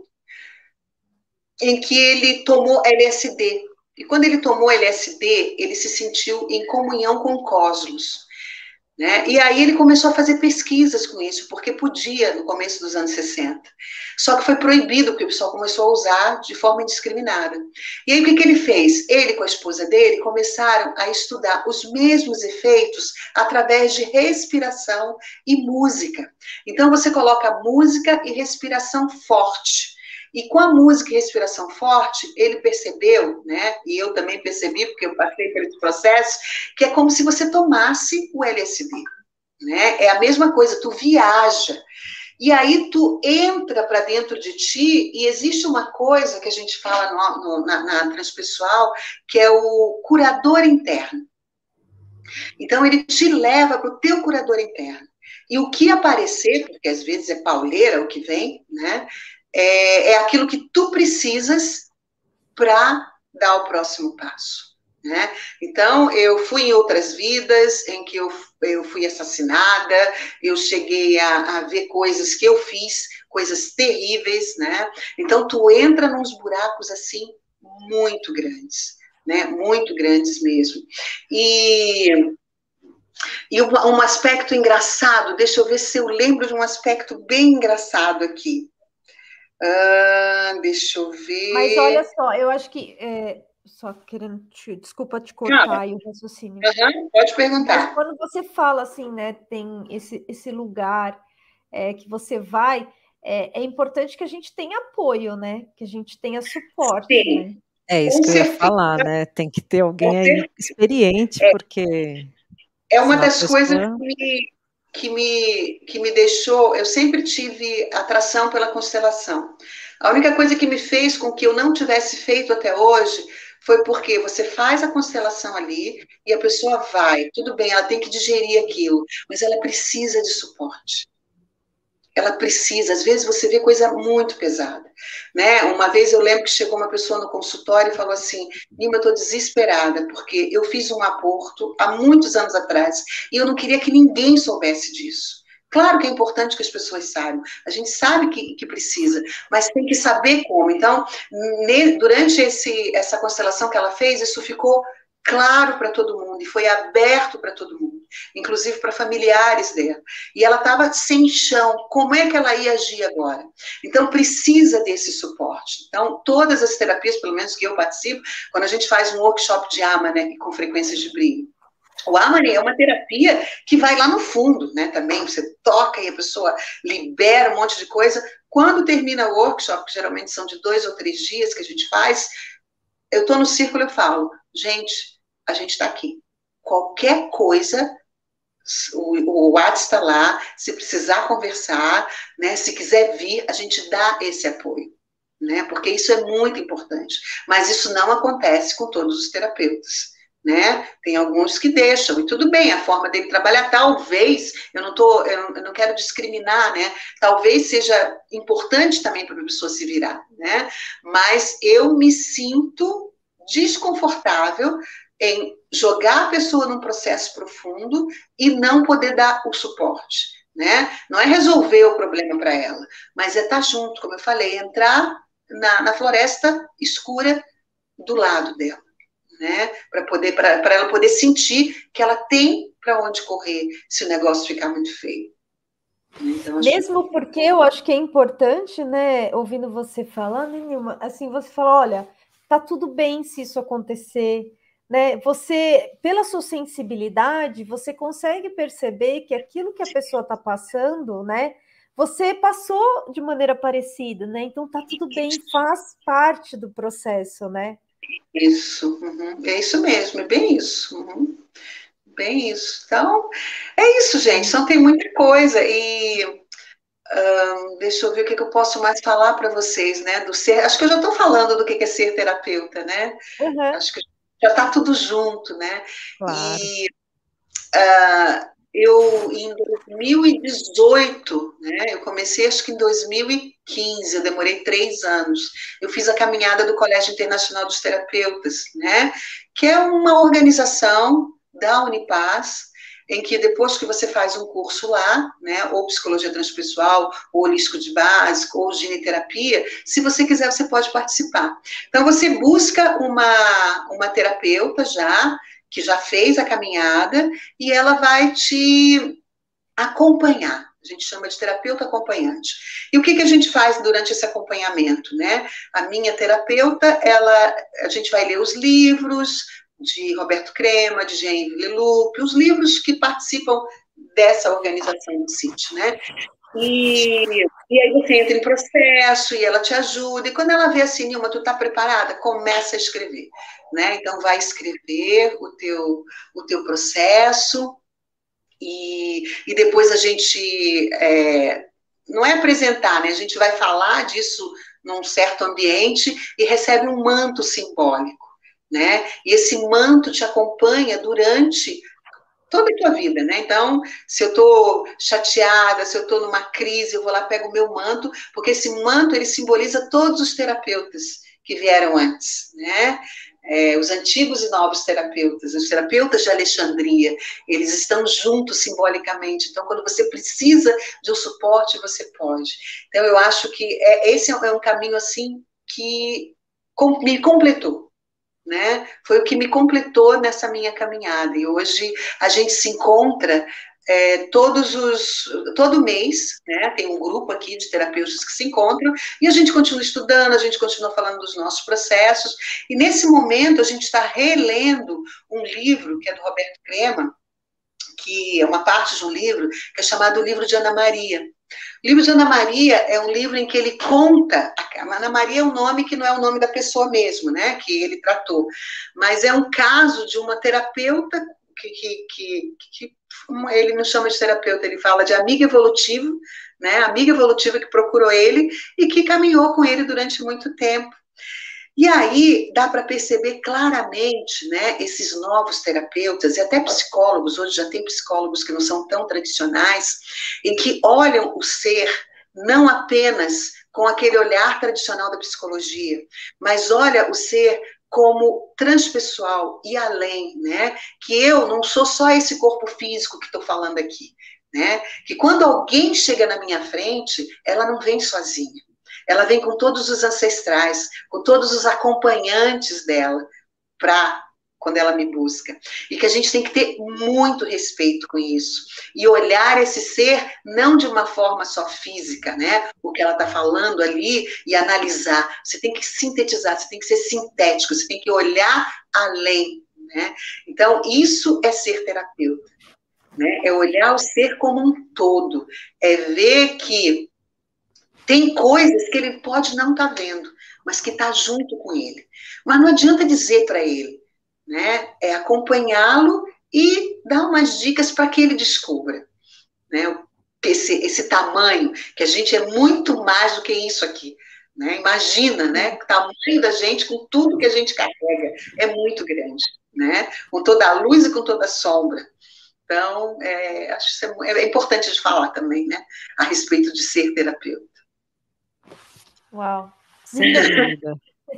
em que ele tomou L S D. E quando ele tomou L S D, ele se sentiu em comunhão com o cosmos. Né? E aí ele começou a fazer pesquisas com isso, porque podia no começo dos anos sessenta. Só que foi proibido, porque o pessoal começou a usar de forma indiscriminada. E aí o que, que ele fez? Ele com a esposa dele começaram a estudar os mesmos efeitos através de respiração e música. Então você coloca música e respiração forte. E com a música e respiração forte, ele percebeu, né, e eu também percebi, porque eu passei por esse processo, que é como se você tomasse o L S D, né? É a mesma coisa, tu viaja. E aí tu entra para dentro de ti e existe uma coisa que a gente fala no, no, na, na transpessoal, que é o curador interno. Então ele te leva para o teu curador interno. E o que aparecer, porque às vezes é pauleira o que vem, né? É, é aquilo que tu precisas para dar o próximo passo. Né? Então, eu fui em outras vidas em que eu, eu fui assassinada, eu cheguei a, a ver coisas que eu fiz, coisas terríveis, né? Então, tu entra nos buracos, assim, muito grandes, né? Muito grandes mesmo. E, e um, um aspecto engraçado, deixa eu ver se eu lembro de um aspecto bem engraçado aqui. Ah, deixa eu ver. Mas olha só, eu acho que é, só querendo te, desculpa te cortar aí o raciocínio. Uhum, pode perguntar. Mas quando você fala assim, né, tem esse, esse lugar é, que você vai, é, é importante que a gente tenha apoio, né? Que a gente tenha suporte, Sim. né? É isso Com que eu ia certeza. falar, né? Tem que ter alguém Com aí certeza. experiente, É. porque É uma senão a das coisas pessoa... que me, que, me, que me deixou. Eu sempre tive atração pela constelação. A única coisa que me fez com que eu não tivesse feito até hoje foi porque você faz a constelação ali e a pessoa vai. Tudo bem, ela tem que digerir aquilo, mas ela precisa de suporte. Ela precisa, às vezes você vê coisa muito pesada, né? Uma vez eu lembro que chegou uma pessoa no consultório e falou assim: Nilma, eu estou desesperada, porque eu fiz um aborto há muitos anos atrás e eu não queria que ninguém soubesse disso. Claro que é importante que as pessoas saibam, a gente sabe que, que precisa, mas tem que saber como. Então, ne, durante esse, essa constelação que ela fez, isso ficou claro para todo mundo e foi aberto para todo mundo, inclusive para familiares dela. E ela estava sem chão. Como é que ela ia agir agora? Então, precisa desse suporte. Então, todas as terapias, pelo menos que eu participo, quando a gente faz um workshop de ama, né, com frequências de brilho, o Amani é uma terapia que vai lá no fundo, né, também, você toca e a pessoa libera um monte de coisa. Quando termina o workshop, que geralmente são de dois ou três dias que a gente faz, eu estou no círculo e eu falo, gente, a gente está aqui. Qualquer coisa, O, o WhatsApp está lá, se precisar conversar, né, se quiser vir, a gente dá esse apoio, né, porque isso é muito importante. Mas isso não acontece com todos os terapeutas, né? Tem alguns que deixam, e tudo bem, a forma dele trabalhar, talvez, eu não, tô, eu não, eu não quero discriminar, né? Talvez seja importante também para a pessoa se virar, né? Mas eu me sinto desconfortável em jogar a pessoa num processo profundo e não poder dar o suporte, né? Não é resolver o problema para ela, mas é estar junto, como eu falei, entrar na, na floresta escura do lado dela, né? Para poder, para ela poder sentir que ela tem para onde correr se o negócio ficar muito feio. Então, mesmo que... porque eu acho que é importante, né? Ouvindo você falando, Nilma, assim, você fala, olha, tá tudo bem se isso acontecer, né? Você, pela sua sensibilidade, você consegue perceber que aquilo que a pessoa está passando, né? Você passou de maneira parecida, né? Então tá tudo bem, faz parte do processo, né? Isso, uhum. É isso mesmo, é bem isso. Uhum. Bem isso. Então, é isso, gente. Então tem muita coisa. E hum, deixa eu ver o que, que eu posso mais falar para vocês, né? Do ser. Acho que eu já estou falando do que é ser terapeuta, né? Uhum. Acho que já está tudo junto, né? Claro. E uh, eu, em dois mil e dezoito, né? Eu comecei acho que em dois mil e quinze, eu demorei três anos. Eu fiz a caminhada do Colégio Internacional dos Terapeutas, né? Que é uma organização da Unipaz, em que depois que você faz um curso lá, né, ou psicologia transpessoal, ou holístico de básico, ou gineterapia, se você quiser, você pode participar. Então, você busca uma, uma terapeuta já, que já fez a caminhada, e ela vai te acompanhar. A gente chama de terapeuta acompanhante. E o que, que a gente faz durante esse acompanhamento, né? A minha terapeuta, ela, a gente vai ler os livros de Roberto Crema, de Jean Leloup, os livros que participam dessa organização do C I T, né? E, e aí você entra em processo e ela te ajuda. E quando ela vê assim, Nilma, tu tá preparada? Começa a escrever, né? Então vai escrever o teu, o teu processo e, e depois a gente é, não é apresentar, né? A gente vai falar disso num certo ambiente e recebe um manto simbólico, né? E esse manto te acompanha durante toda a tua vida, né? Então, se eu tô chateada, se eu tô numa crise, eu vou lá, pego o meu manto, porque esse manto, ele simboliza todos os terapeutas que vieram antes, né? É, os antigos e novos terapeutas, os terapeutas de Alexandria, eles estão juntos simbolicamente. Então, quando você precisa de um suporte, você pode. Então, eu acho que é, esse é um caminho, assim, que com, me completou. Né? Foi o que me completou nessa minha caminhada. E hoje a gente se encontra é, todos os, todo mês, né? Tem um grupo aqui de terapeutas que se encontram e a gente continua estudando, a gente continua falando dos nossos processos. E nesse momento a gente está relendo um livro que é do Roberto Crema, que é uma parte de um livro que é chamado O Livro de Ana Maria. O livro de Ana Maria é um livro em que ele conta, a Ana Maria é um nome que não é o nome da pessoa mesmo, né, que ele tratou, mas é um caso de uma terapeuta, que, que, que, que ele não chama de terapeuta, ele fala de amiga evolutiva, né, amiga evolutiva que procurou ele e que caminhou com ele durante muito tempo. E aí dá para perceber claramente, né, esses novos terapeutas e até psicólogos, hoje já tem psicólogos que não são tão tradicionais, em que olham o ser não apenas com aquele olhar tradicional da psicologia, mas olha o ser como transpessoal e além, né, que eu não sou só esse corpo físico que estou falando aqui, né, que quando alguém chega na minha frente, ela não vem sozinha. Ela vem com todos os ancestrais, com todos os acompanhantes dela, para quando ela me busca. E que a gente tem que ter muito respeito com isso. E olhar esse ser não de uma forma só física, né? O que ela está falando ali e analisar. Você tem que sintetizar, você tem que ser sintético, você tem que olhar além, né? Então, isso é ser terapeuta, né? É olhar o ser como um todo. É ver que tem coisas que ele pode não estar vendo, mas que está junto com ele. Mas não adianta dizer para ele, né? É acompanhá-lo e dá umas dicas para que ele descubra, né? Esse, esse tamanho, que a gente é muito mais do que isso aqui. Né? Imagina, né? O tamanho da gente com tudo que a gente carrega é muito grande, né? Com toda a luz e com toda a sombra. Então, é, acho que isso é, é importante de falar também, né? A respeito de ser terapeuta. Uau! Sem dúvida.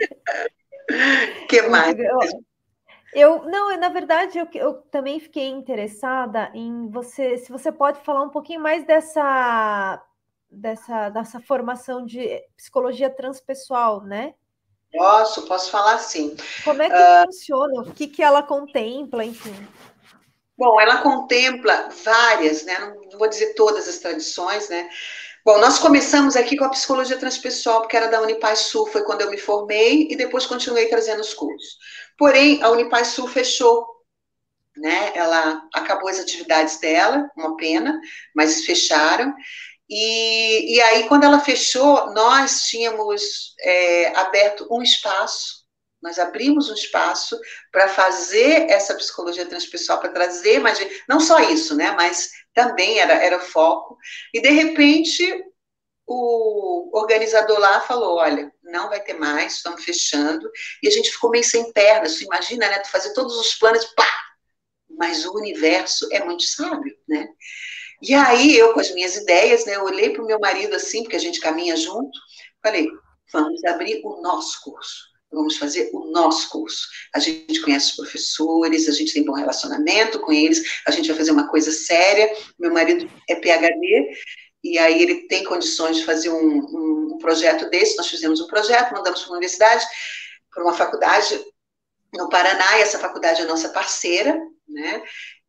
O que mais? Eu, eu, não, na verdade, eu, eu também fiquei interessada em você, se você pode falar um pouquinho mais dessa, dessa, dessa formação de psicologia transpessoal, né? Posso, posso falar sim. Como é que uh, funciona? O que, que ela contempla, enfim? Bom, ela contempla várias, né? Não, não vou dizer todas as tradições, né? Bom, nós começamos aqui com a psicologia transpessoal, porque era da Unipaz Sul, foi quando eu me formei, e depois continuei trazendo os cursos. Porém, a Unipaz Sul fechou, né? Ela acabou as atividades dela, uma pena, mas fecharam. E, e aí, quando ela fechou, nós tínhamos é, aberto um espaço, nós abrimos um espaço para fazer essa psicologia transpessoal, para trazer mais gente, não só isso, né? Mas também era, era foco. E, de repente, o organizador lá falou, olha, não vai ter mais, estamos fechando. E a gente ficou meio sem pernas, você imagina, né? Tu fazer todos os planos, pá! Mas o universo é muito sábio, né? E aí, eu com as minhas ideias, né, eu olhei para o meu marido assim, porque a gente caminha junto, falei, vamos abrir o nosso curso, vamos fazer o nosso curso. A gente conhece os professores, a gente tem bom relacionamento com eles, a gente vai fazer uma coisa séria, meu marido é P H D, e aí ele tem condições de fazer um, um, um projeto desse, nós fizemos um projeto, mandamos para uma universidade, para uma faculdade no Paraná, e essa faculdade é nossa parceira, né,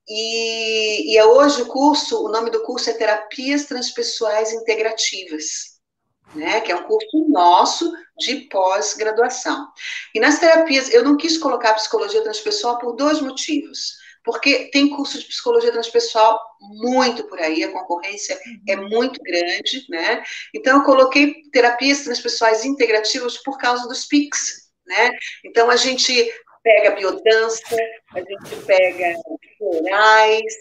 E, e hoje o curso, o nome do curso é Terapias Transpessoais Integrativas, né? Que é um curso nosso de pós-graduação. E nas terapias, eu não quis colocar psicologia transpessoal por dois motivos. Porque tem curso de psicologia transpessoal muito por aí, a concorrência é muito grande, né? Então eu coloquei terapias transpessoais integrativas por causa dos P I Cs, né? Então a gente pega biodança, a gente pega florais,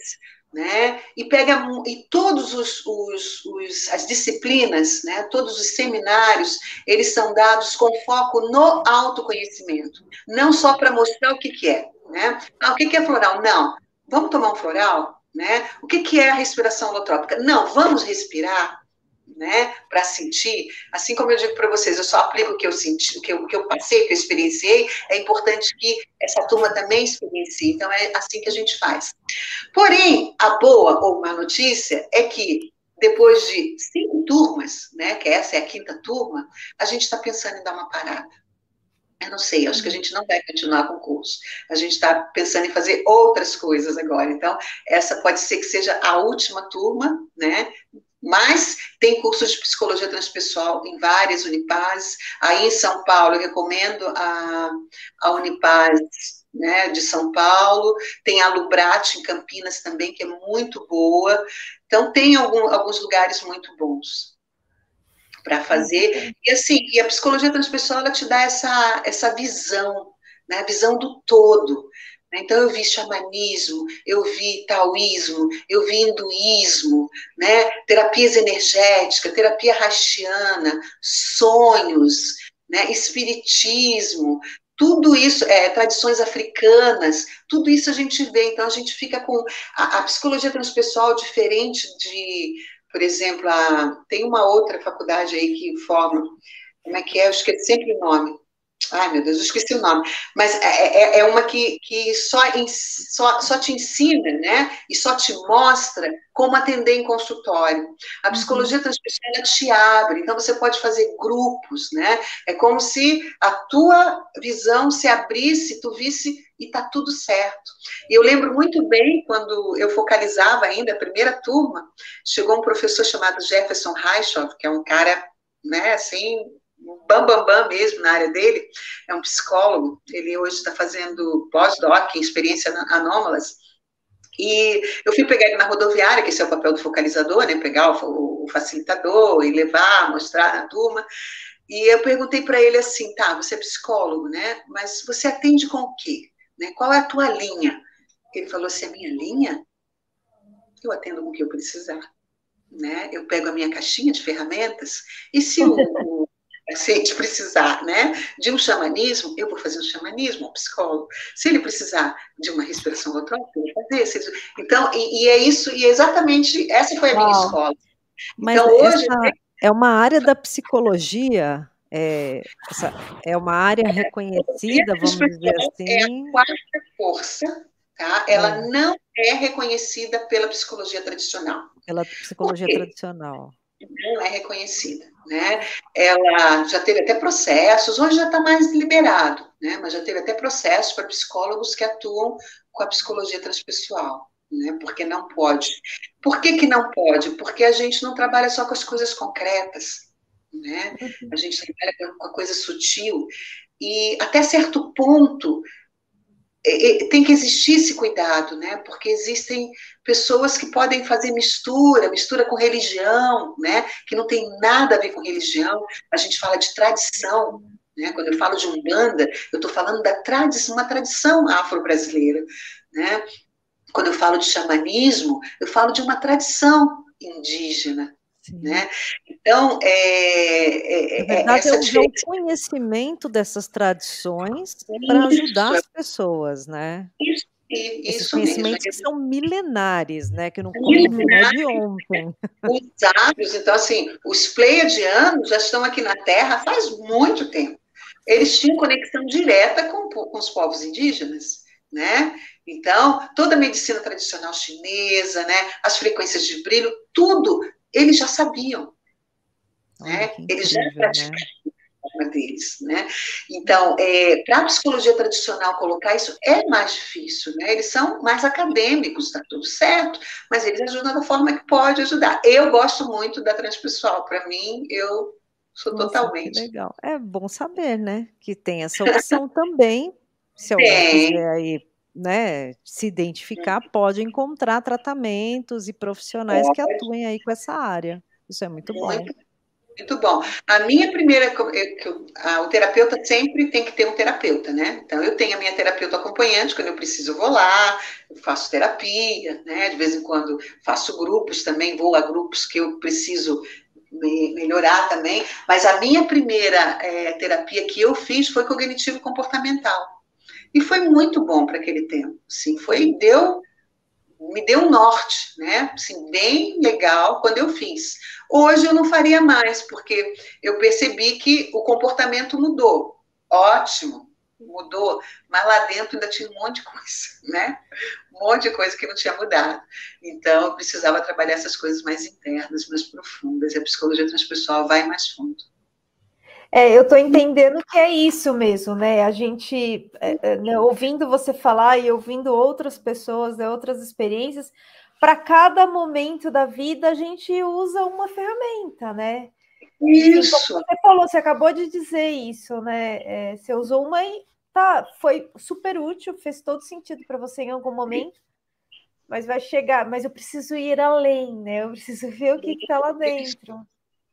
né? E pega e todos os, os, os as disciplinas, né? Todos os seminários, eles são dados com foco no autoconhecimento, não só para mostrar o que, que é, né? Ah, o que, que é floral? Não. Vamos tomar um floral, né? O que, que é a respiração holotrópica? Não, vamos respirar, né, para sentir, assim como eu digo para vocês, eu só aplico o que eu senti, o que eu, o que eu passei, o que eu experienciei, é importante que essa turma também experiencie, então é assim que a gente faz. Porém, a boa ou má notícia é que depois de cinco turmas, né, que essa é a quinta turma, a gente está pensando em dar uma parada. Eu não sei, acho que a gente não vai continuar com o curso. A gente está pensando em fazer outras coisas agora. Então, essa pode ser que seja a última turma, né? Mas tem cursos de psicologia transpessoal em várias Unipaz. Aí em São Paulo, eu recomendo a, a Unipaz, né, de São Paulo. Tem a Lubrat em Campinas também, que é muito boa. Então, tem algum, alguns lugares muito bons para fazer. E assim, e a psicologia transpessoal, ela te dá essa, essa visão, né, a visão do todo. Então, eu vi xamanismo, eu vi taoísmo, eu vi hinduísmo, né? Terapias energéticas, terapia haitiana, sonhos, né? Espiritismo, tudo isso, é, tradições africanas, tudo isso a gente vê. Então, a gente fica com... A, a psicologia transpessoal, diferente de, por exemplo, a, tem uma outra faculdade aí que forma, como é que é? Eu esqueci sempre o nome. Ai, meu Deus, eu esqueci o nome. Mas é, é, é uma que, que só, só, só te ensina, né? E só te mostra como atender em consultório. A psicologia uhum. transpessoal, ela te abre. Então, você pode fazer grupos, né? É como se a tua visão se abrisse, tu visse e tá tudo certo. E eu lembro muito bem, quando eu focalizava ainda a primeira turma, chegou um professor chamado Jefferson Reichoff, que é um cara, né, assim... bam, bam, bam mesmo na área dele, é um psicólogo, ele hoje está fazendo pós-doc em experiências anômalas, e eu fui pegar ele na rodoviária, que esse é o papel do focalizador, né, pegar o, o facilitador e levar, mostrar na turma, e eu perguntei para ele assim, tá, você é psicólogo, né, mas você atende com o quê? Né, qual é a tua linha? Ele falou assim, a minha linha, eu atendo com o que eu precisar. Né? Eu pego a minha caixinha de ferramentas e se o, o paciente precisar, né, de um xamanismo, eu vou fazer um xamanismo ao psicólogo. Se ele precisar de uma respiração holotrópica, eu vou fazer. Se ele... Então, e, e é isso, e é exatamente, essa foi a minha Uau. escola. Mas então, hoje... Essa é uma área da psicologia, é, essa, é uma área reconhecida, vamos dizer assim? É a quarta força, tá? Ela é. não é reconhecida pela psicologia tradicional. Pela psicologia tradicional. Não é reconhecida, né? Ela já teve até processos, hoje já está mais liberado, né? Mas já teve até processos para psicólogos que atuam com a psicologia transpessoal, né? Porque não pode. Por que que não pode? Porque a gente não trabalha só com as coisas concretas, né? A gente trabalha com a coisa sutil e até certo ponto tem que existir esse cuidado, né? Porque existem pessoas que podem fazer mistura, mistura com religião, né? Que não tem nada a ver com religião. A gente fala de tradição, né? Quando eu falo de Umbanda, eu estou falando da tradição, uma tradição afro-brasileira, né? Quando eu falo de xamanismo, eu falo de uma tradição indígena, sim, né? Então, é, é, Na verdade, essa é usar o conhecimento dessas tradições para ajudar as pessoas, né? Isso, isso Esses mesmo. conhecimentos que são milenares, né? Que não, não é de ontem. Usados, então, assim, os pleiadianos já estão aqui na Terra faz muito tempo. Eles tinham conexão direta com, com os povos indígenas, né? Então, toda a medicina tradicional chinesa, né? As frequências de brilho, tudo, eles já sabiam. Né? Eles já praticavam a forma deles, né? Então, é, para a psicologia tradicional colocar isso é mais difícil, né? Eles são mais acadêmicos, está tudo certo, mas eles ajudam da forma que pode ajudar. Eu gosto muito da transpessoal, para mim, eu sou Nossa, totalmente. Que legal. É bom saber, né? Que tem essa opção também, se alguém quiser aí, né, se identificar, pode encontrar tratamentos e profissionais pode. que atuem aí com essa área. Isso é muito, muito bom. Muito bom. A minha primeira, a, o terapeuta sempre tem que ter um terapeuta, né? Então, eu tenho a minha terapeuta acompanhante, quando eu preciso eu vou lá, eu faço terapia, né? De vez em quando faço grupos também, vou a grupos que eu preciso me, melhorar também, mas a minha primeira é, terapia que eu fiz foi cognitivo-comportamental. E foi muito bom para aquele tempo, assim, foi, deu... me deu um norte, né? Assim, bem legal quando eu fiz. Hoje eu não faria mais, porque eu percebi que o comportamento mudou. Ótimo, mudou, mas lá dentro ainda tinha um monte de coisa, né? Um monte de coisa que não tinha mudado. Então, eu precisava trabalhar essas coisas mais internas, mais profundas, e a psicologia transpessoal vai mais fundo. É, eu estou entendendo que é isso mesmo, né? A gente, é, né, ouvindo você falar e ouvindo outras pessoas, né, outras experiências, para cada momento da vida a gente usa uma ferramenta, né? Isso. Enfim, como você falou, você acabou de dizer isso, né? É, você usou uma e tá, foi super útil, fez todo sentido para você em algum momento, mas vai chegar, mas eu preciso ir além, né? Eu preciso ver o que está lá dentro.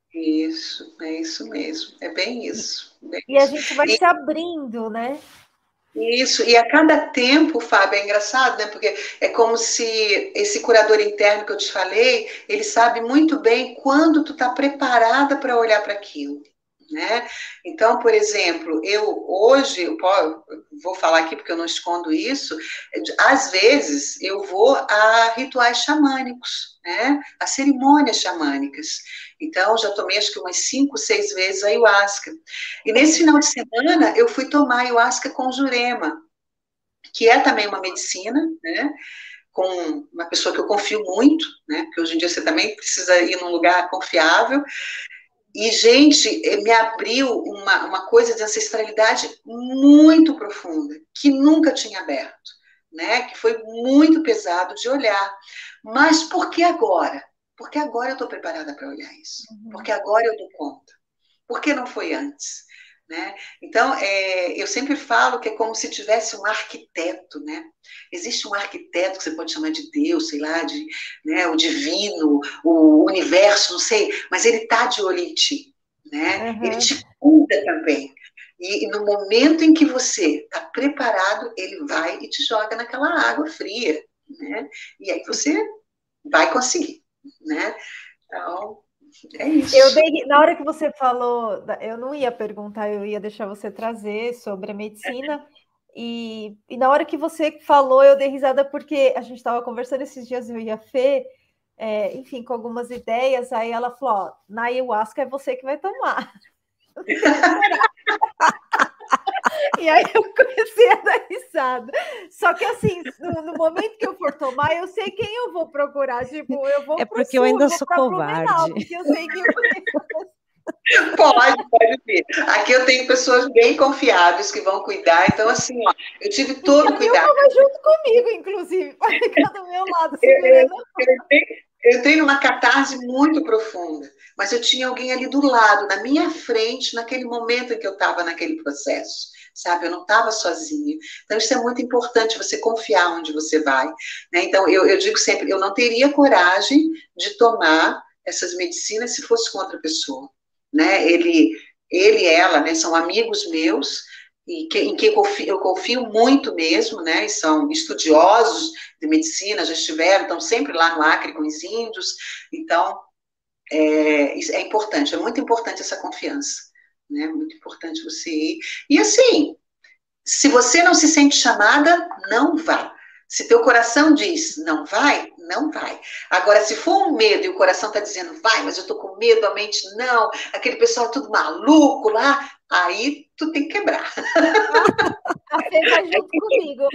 Isso, é isso mesmo, é bem isso. Bem e isso. a gente vai e... se abrindo, né? Isso, e a cada tempo, Fábio, é engraçado, né? Porque é como se esse curador interno que eu te falei, ele sabe muito bem quando tu tá preparada para olhar para aquilo, né? Então, por exemplo, eu hoje, eu vou falar aqui porque eu não escondo isso, às vezes eu vou a rituais xamânicos, né? A cerimônias xamânicas. Então, já tomei acho que umas cinco, seis vezes a ayahuasca. E nesse final de semana, eu fui tomar ayahuasca com Jurema, que é também uma medicina, né? Com uma pessoa que eu confio muito, né? Porque hoje em dia você também precisa ir num lugar confiável. E, gente, me abriu uma, uma coisa de ancestralidade muito profunda, que nunca tinha aberto, né? Que foi muito pesado de olhar. Mas por que agora? Porque agora eu estou preparada para olhar isso. Uhum. Porque agora eu dou conta. Por que não foi antes? Né? Então, é, eu sempre falo que é como se tivesse um arquiteto, né? Existe um arquiteto que você pode chamar de Deus, sei lá, de, né, o divino, o universo, não sei, mas ele está de olho em ti, né? Uhum. Ele te cuida também. E, e no momento em que você está preparado, ele vai e te joga naquela água fria, né? E aí você vai conseguir, né? Então, é isso. Eu dei, na hora que você falou, eu não ia perguntar, eu ia deixar você trazer sobre a medicina, e, e na hora que você falou, eu dei risada porque a gente estava conversando esses dias, eu e a Fê, é, enfim, com algumas ideias, aí ela falou, ó, na ayahuasca é você que vai tomar. E aí eu comecei a dar risada. Só que assim, no, no momento que eu for tomar, eu sei quem eu vou procurar. Tipo, eu vou É pro porque sul, eu ainda eu vou sou pra covarde. Blumenau, porque eu sei que eu Pode, pode vir. Aqui eu tenho pessoas bem confiáveis que vão cuidar. Então, assim, ó, eu tive todo o cuidado. Eu vai junto comigo, inclusive, para ficar do meu lado, Eu, eu, segurando. eu, tenho, eu tenho uma catarse muito profunda, mas eu tinha alguém ali do lado, na minha frente, naquele momento em que eu estava naquele processo, sabe? Eu não estava sozinha. Então, isso é muito importante, você confiar onde você vai, né? Então, eu, eu digo sempre, eu não teria coragem de tomar essas medicinas se fosse com outra pessoa, né? Ele, ele e ela, né, são amigos meus, e que, em quem eu confio, eu confio muito mesmo, né? E são estudiosos de medicina, já estiveram, estão sempre lá no Acre com os índios. Então, é, é importante, é muito importante essa confiança, né? Muito importante você ir. E assim, se você não se sente chamada, não vá. Se teu coração diz não vai, não vai. Agora, se for um medo e o coração está dizendo vai, mas eu tô com medo, a mente não, aquele pessoal tudo maluco lá, aí tu tem que quebrar. A Fê vai junto comigo.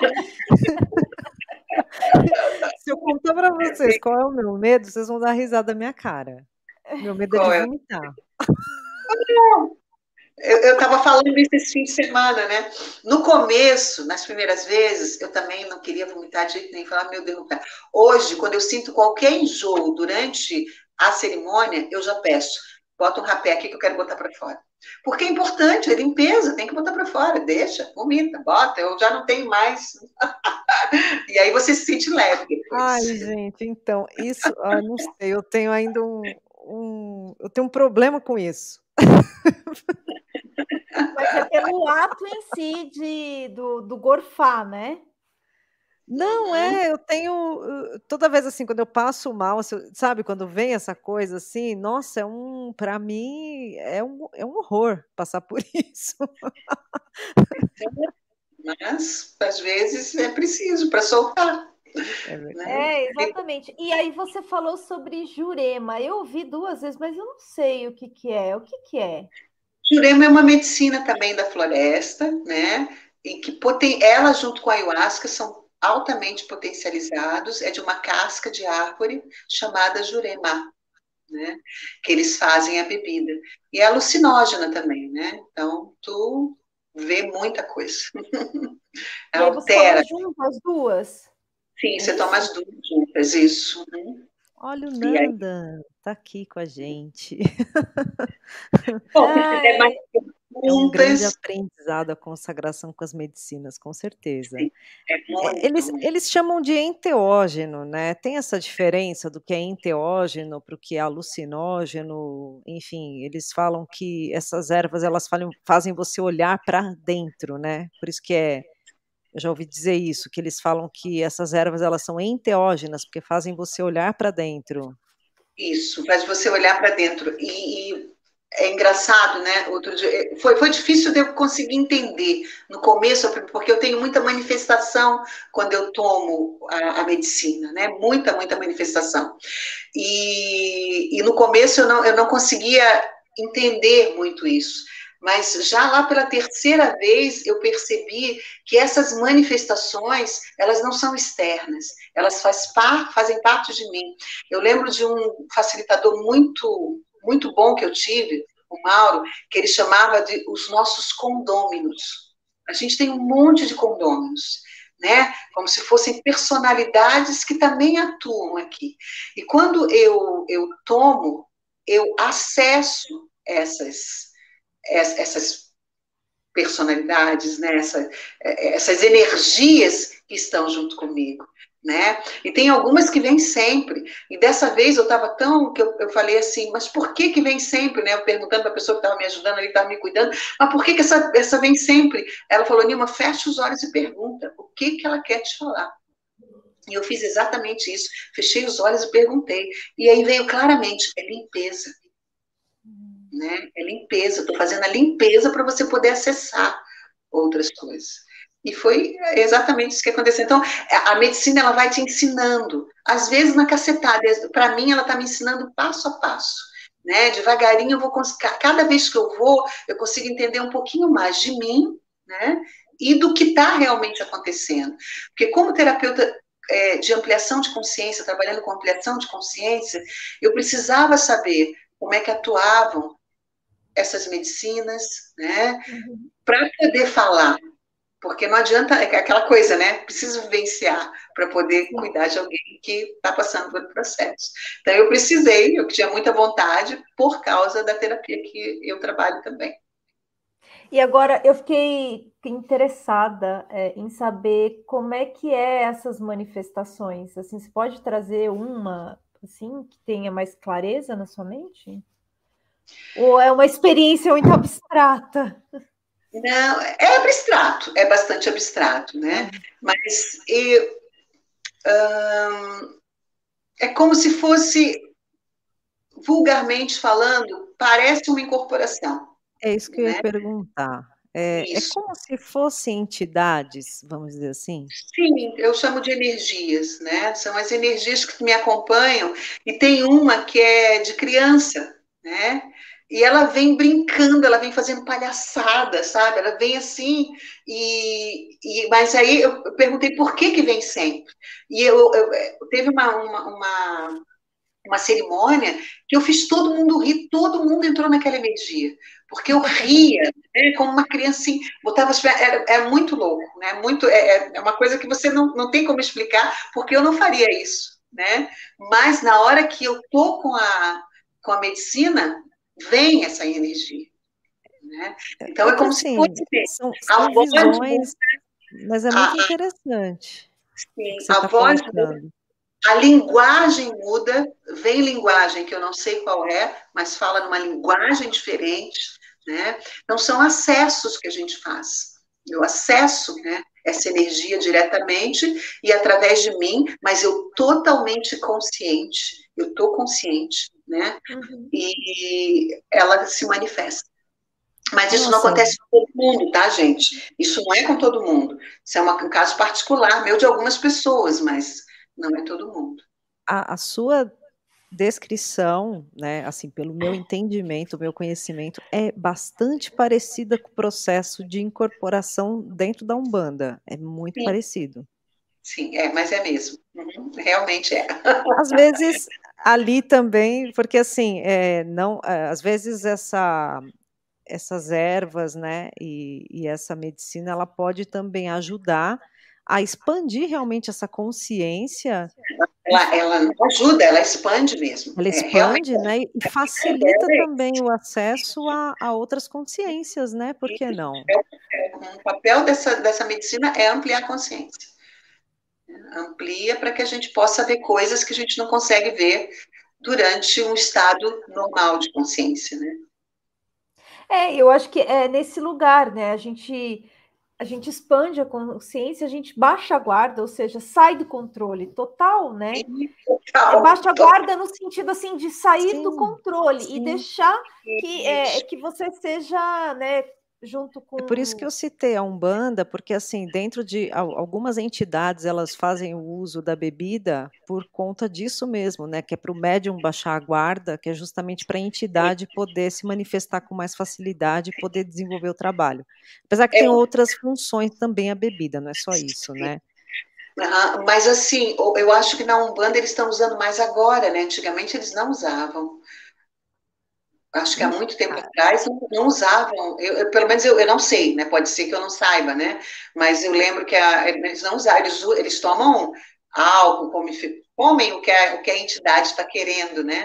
Se eu contar para vocês qual é o meu medo, vocês vão dar risada da minha cara. Meu medo qual é de vomitar. Eu estava falando isso esse fim de semana, né? No começo, nas primeiras vezes, eu também não queria vomitar de jeito nenhum, falar, meu Deus, vomitar. Hoje, quando eu sinto qualquer enjoo durante a cerimônia, eu já peço, bota um rapé aqui que eu quero botar para fora. Porque é importante, é limpeza, tem que botar para fora, deixa, vomita, bota, eu já não tenho mais. E aí você se sente leve depois. Ai, gente, então, isso, ah, não sei, eu tenho ainda um, um, eu tenho um problema com isso. Mas é pelo ato em si de, do, do gorfar, né? Não, uhum. é, eu tenho, toda vez assim, quando eu passo mal, sabe, quando vem essa coisa assim, nossa, é um, para mim, é um, é um horror passar por isso. Mas, às vezes, é preciso para soltar. É, é, exatamente. E aí você falou sobre Jurema. Eu ouvi duas vezes, mas eu não sei o que, que é. O que, que é? Jurema é uma medicina também da floresta, né? Em que poten... ela, junto com a ayahuasca, são altamente potencializados. É de uma casca de árvore chamada Jurema, né? Que eles fazem a bebida. E é alucinógena também, né? Então, tu vê muita coisa. E aí você toma junto as duas? Sim, você toma as duas juntas, isso. Olha o Nanda, tá aqui com a gente. Bom, se quiser mais é um grande aprendizado a consagração com as medicinas, com certeza. Sim, é muito, eles, muito. eles chamam de enteógeno, né? Tem essa diferença do que é enteógeno para o que é alucinógeno, enfim, eles falam que essas ervas elas fazem você olhar para dentro, né? Por isso que é, eu já ouvi dizer isso, que eles falam que essas ervas elas são enteógenas, porque fazem você olhar para dentro. Isso, faz você olhar para dentro. E, e é engraçado, né? Outro dia, foi, foi difícil de eu conseguir entender no começo, porque eu tenho muita manifestação quando eu tomo a, a medicina, né? Muita, muita manifestação. E, e no começo eu não, eu não conseguia entender muito isso. Mas já lá pela terceira vez eu percebi que essas manifestações, elas não são externas, elas faz par, fazem parte de mim. Eu lembro de um facilitador muito, muito bom que eu tive, o Mauro, que ele chamava de os nossos condôminos. A gente tem um monte de condôminos, né? Como se fossem personalidades que também atuam aqui. E quando eu, eu tomo, eu acesso essas essas personalidades, né? Essa, essas energias que estão junto comigo. né? E tem algumas que vêm sempre. E dessa vez eu estava tão, que eu, eu falei assim, mas por que que vem sempre, né? Eu perguntando para a pessoa que estava me ajudando ali, que estava me cuidando, mas por que que essa, essa vem sempre? Ela falou, Nilma, fecha os olhos e pergunta o que que ela quer te falar. E eu fiz exatamente isso. Fechei os olhos e perguntei. E aí veio claramente, é limpeza. Né? É limpeza. Estou fazendo a limpeza para você poder acessar outras coisas. E foi exatamente isso que aconteceu. Então, a medicina, ela vai te ensinando, às vezes na cacetada. Para mim, ela está me ensinando passo a passo. Né? Devagarinho, eu vou cada vez que eu vou, eu consigo entender um pouquinho mais de mim, né? E do que está realmente acontecendo. Porque como terapeuta é, de ampliação de consciência, trabalhando com ampliação de consciência, eu precisava saber como é que atuavam essas medicinas, né? Uhum. Para poder falar. Porque não adianta, é aquela coisa, né? Preciso vivenciar para poder cuidar de alguém que está passando por processo. Então, eu precisei, eu tinha muita vontade, por causa da terapia que eu trabalho também. E agora, eu fiquei interessada é, em saber como é que é essas manifestações. Assim, você pode trazer uma, assim, que tenha mais clareza na sua mente? Ou é uma experiência muito abstrata? Não, é abstrato, é bastante abstrato, né? Mas eu, hum, é como se fosse, vulgarmente falando, parece uma incorporação. É isso que né? eu ia perguntar. É, é como se fossem entidades, vamos dizer assim? Sim, eu chamo de energias, né? São as energias que me acompanham, e tem uma que é de criança, né? E ela vem brincando, ela vem fazendo palhaçada, sabe? Ela vem assim, e, e mas aí eu perguntei por que que vem sempre. E eu, eu teve uma, uma, uma, uma cerimônia que eu fiz todo mundo rir, todo mundo entrou naquela energia, porque eu ria, né, como uma criança assim, botava as pernas, é, é muito louco, né? Muito, é, é uma coisa que você não, não tem como explicar, porque eu não faria isso, né? Mas na hora que eu tô com a, com a medicina, vem essa energia, né? Então é, é como assim, se fosse são, são a visões, voz, mas é muito a, interessante. Sim, a tá voz colocando. A linguagem muda, vem linguagem que eu não sei qual é, mas fala numa linguagem diferente, né? Então são acessos que a gente faz. Eu acesso, né, essa energia diretamente e através de mim, mas eu totalmente consciente. Eu estou consciente, né? Uhum. E ela se manifesta. Mas isso Nossa. Não acontece com todo mundo, tá, gente? Isso não é com todo mundo. Isso é uma, um caso particular, meu, de algumas pessoas, mas não é todo mundo. A, a sua descrição, né, assim, pelo meu entendimento, meu conhecimento, é bastante parecida com o processo de incorporação dentro da Umbanda. É muito Sim. parecido. Sim, é, mas é mesmo. Uhum, realmente é. Às vezes, ali também, porque assim, é, não, às vezes essa, essas ervas, né, e, e essa medicina, ela pode também ajudar a expandir realmente essa consciência. Ela, ela não ajuda, ela expande mesmo. Ela expande, é, né, e facilita é, também o acesso a, a outras consciências, né, por que não? É, o papel dessa, dessa medicina é ampliar a consciência. Amplia para que a gente possa ver coisas que a gente não consegue ver durante um estado normal de consciência, né? É, eu acho que é nesse lugar, né, a gente... a gente expande a consciência, a gente baixa a guarda, ou seja, sai do controle total, né? Total, é, baixa a guarda no sentido, assim, de sair sim, do controle sim. e deixar que, é, que você seja, né, junto com... É por isso que eu citei a Umbanda, porque, assim, dentro de algumas entidades, elas fazem o uso da bebida por conta disso mesmo, né? Que é para o médium baixar a guarda, que é justamente para a entidade poder se manifestar com mais facilidade e poder desenvolver o trabalho. Apesar que é. tem outras funções também a bebida, não é só isso, né? Uhum, mas, assim, eu acho que na Umbanda eles estão usando mais agora, né? Antigamente eles não usavam. Acho que há muito tempo atrás não, não usavam, eu, eu, pelo menos eu, eu não sei, né? Pode ser que eu não saiba, né? Mas eu lembro que a, eles não usavam, eles, eles tomam álcool, come, comem o que a, o que a entidade está querendo, né?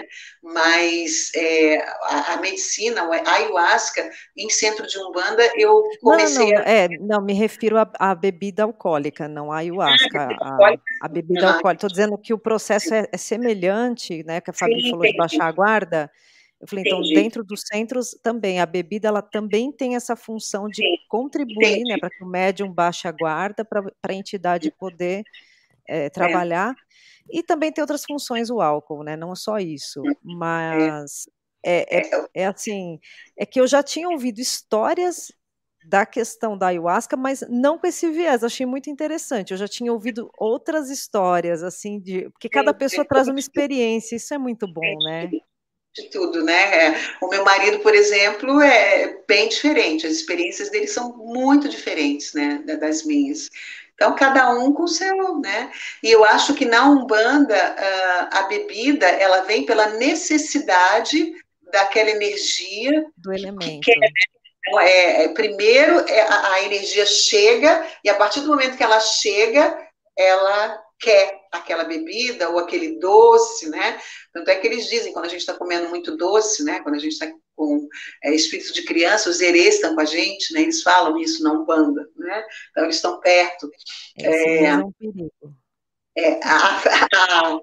Mas é, a, a medicina, a ayahuasca, em centro de Umbanda, eu Não, comecei não, não, a... é, não, me refiro à à bebida alcoólica, não à ayahuasca, a Ah, a bebida alcoólica. Estou dizendo que o processo é é semelhante, né, que a sim, Fabi falou de entendi, baixar a guarda, eu falei: "Então, entendi, dentro dos centros também, a bebida ela também tem essa função de sim, contribuir, né, entendi. para que o médium baixe a guarda, para para a entidade poder, eh, É, trabalhar, e também tem outras funções o álcool, né, não só isso, é, mas é é é, é assim, é que eu já tinha ouvido histórias da questão da ayahuasca, mas não com esse viés, achei muito interessante, eu já tinha ouvido outras histórias, assim, de porque cada pessoa entendi. traz uma experiência, isso é muito bom, né. De tudo, né? É, o meu marido, por exemplo, é bem diferente. As experiências dele são muito diferentes, né, das minhas. Então, cada um com o seu, né? E eu acho que na Umbanda, a bebida, ela vem pela necessidade daquela energia Do que quer. elemento. Então, é, é, primeiro, é, a, a energia chega, e a partir do momento que ela chega, ela quer aquela bebida ou aquele doce, né? Tanto é que eles dizem, quando a gente está comendo muito doce, né? Quando a gente está com é, espírito de criança, os erês estão com a gente, né? Eles falam isso na Umbanda, né? Então, eles estão perto. Esse É, mesmo é um perigo. é, a, a,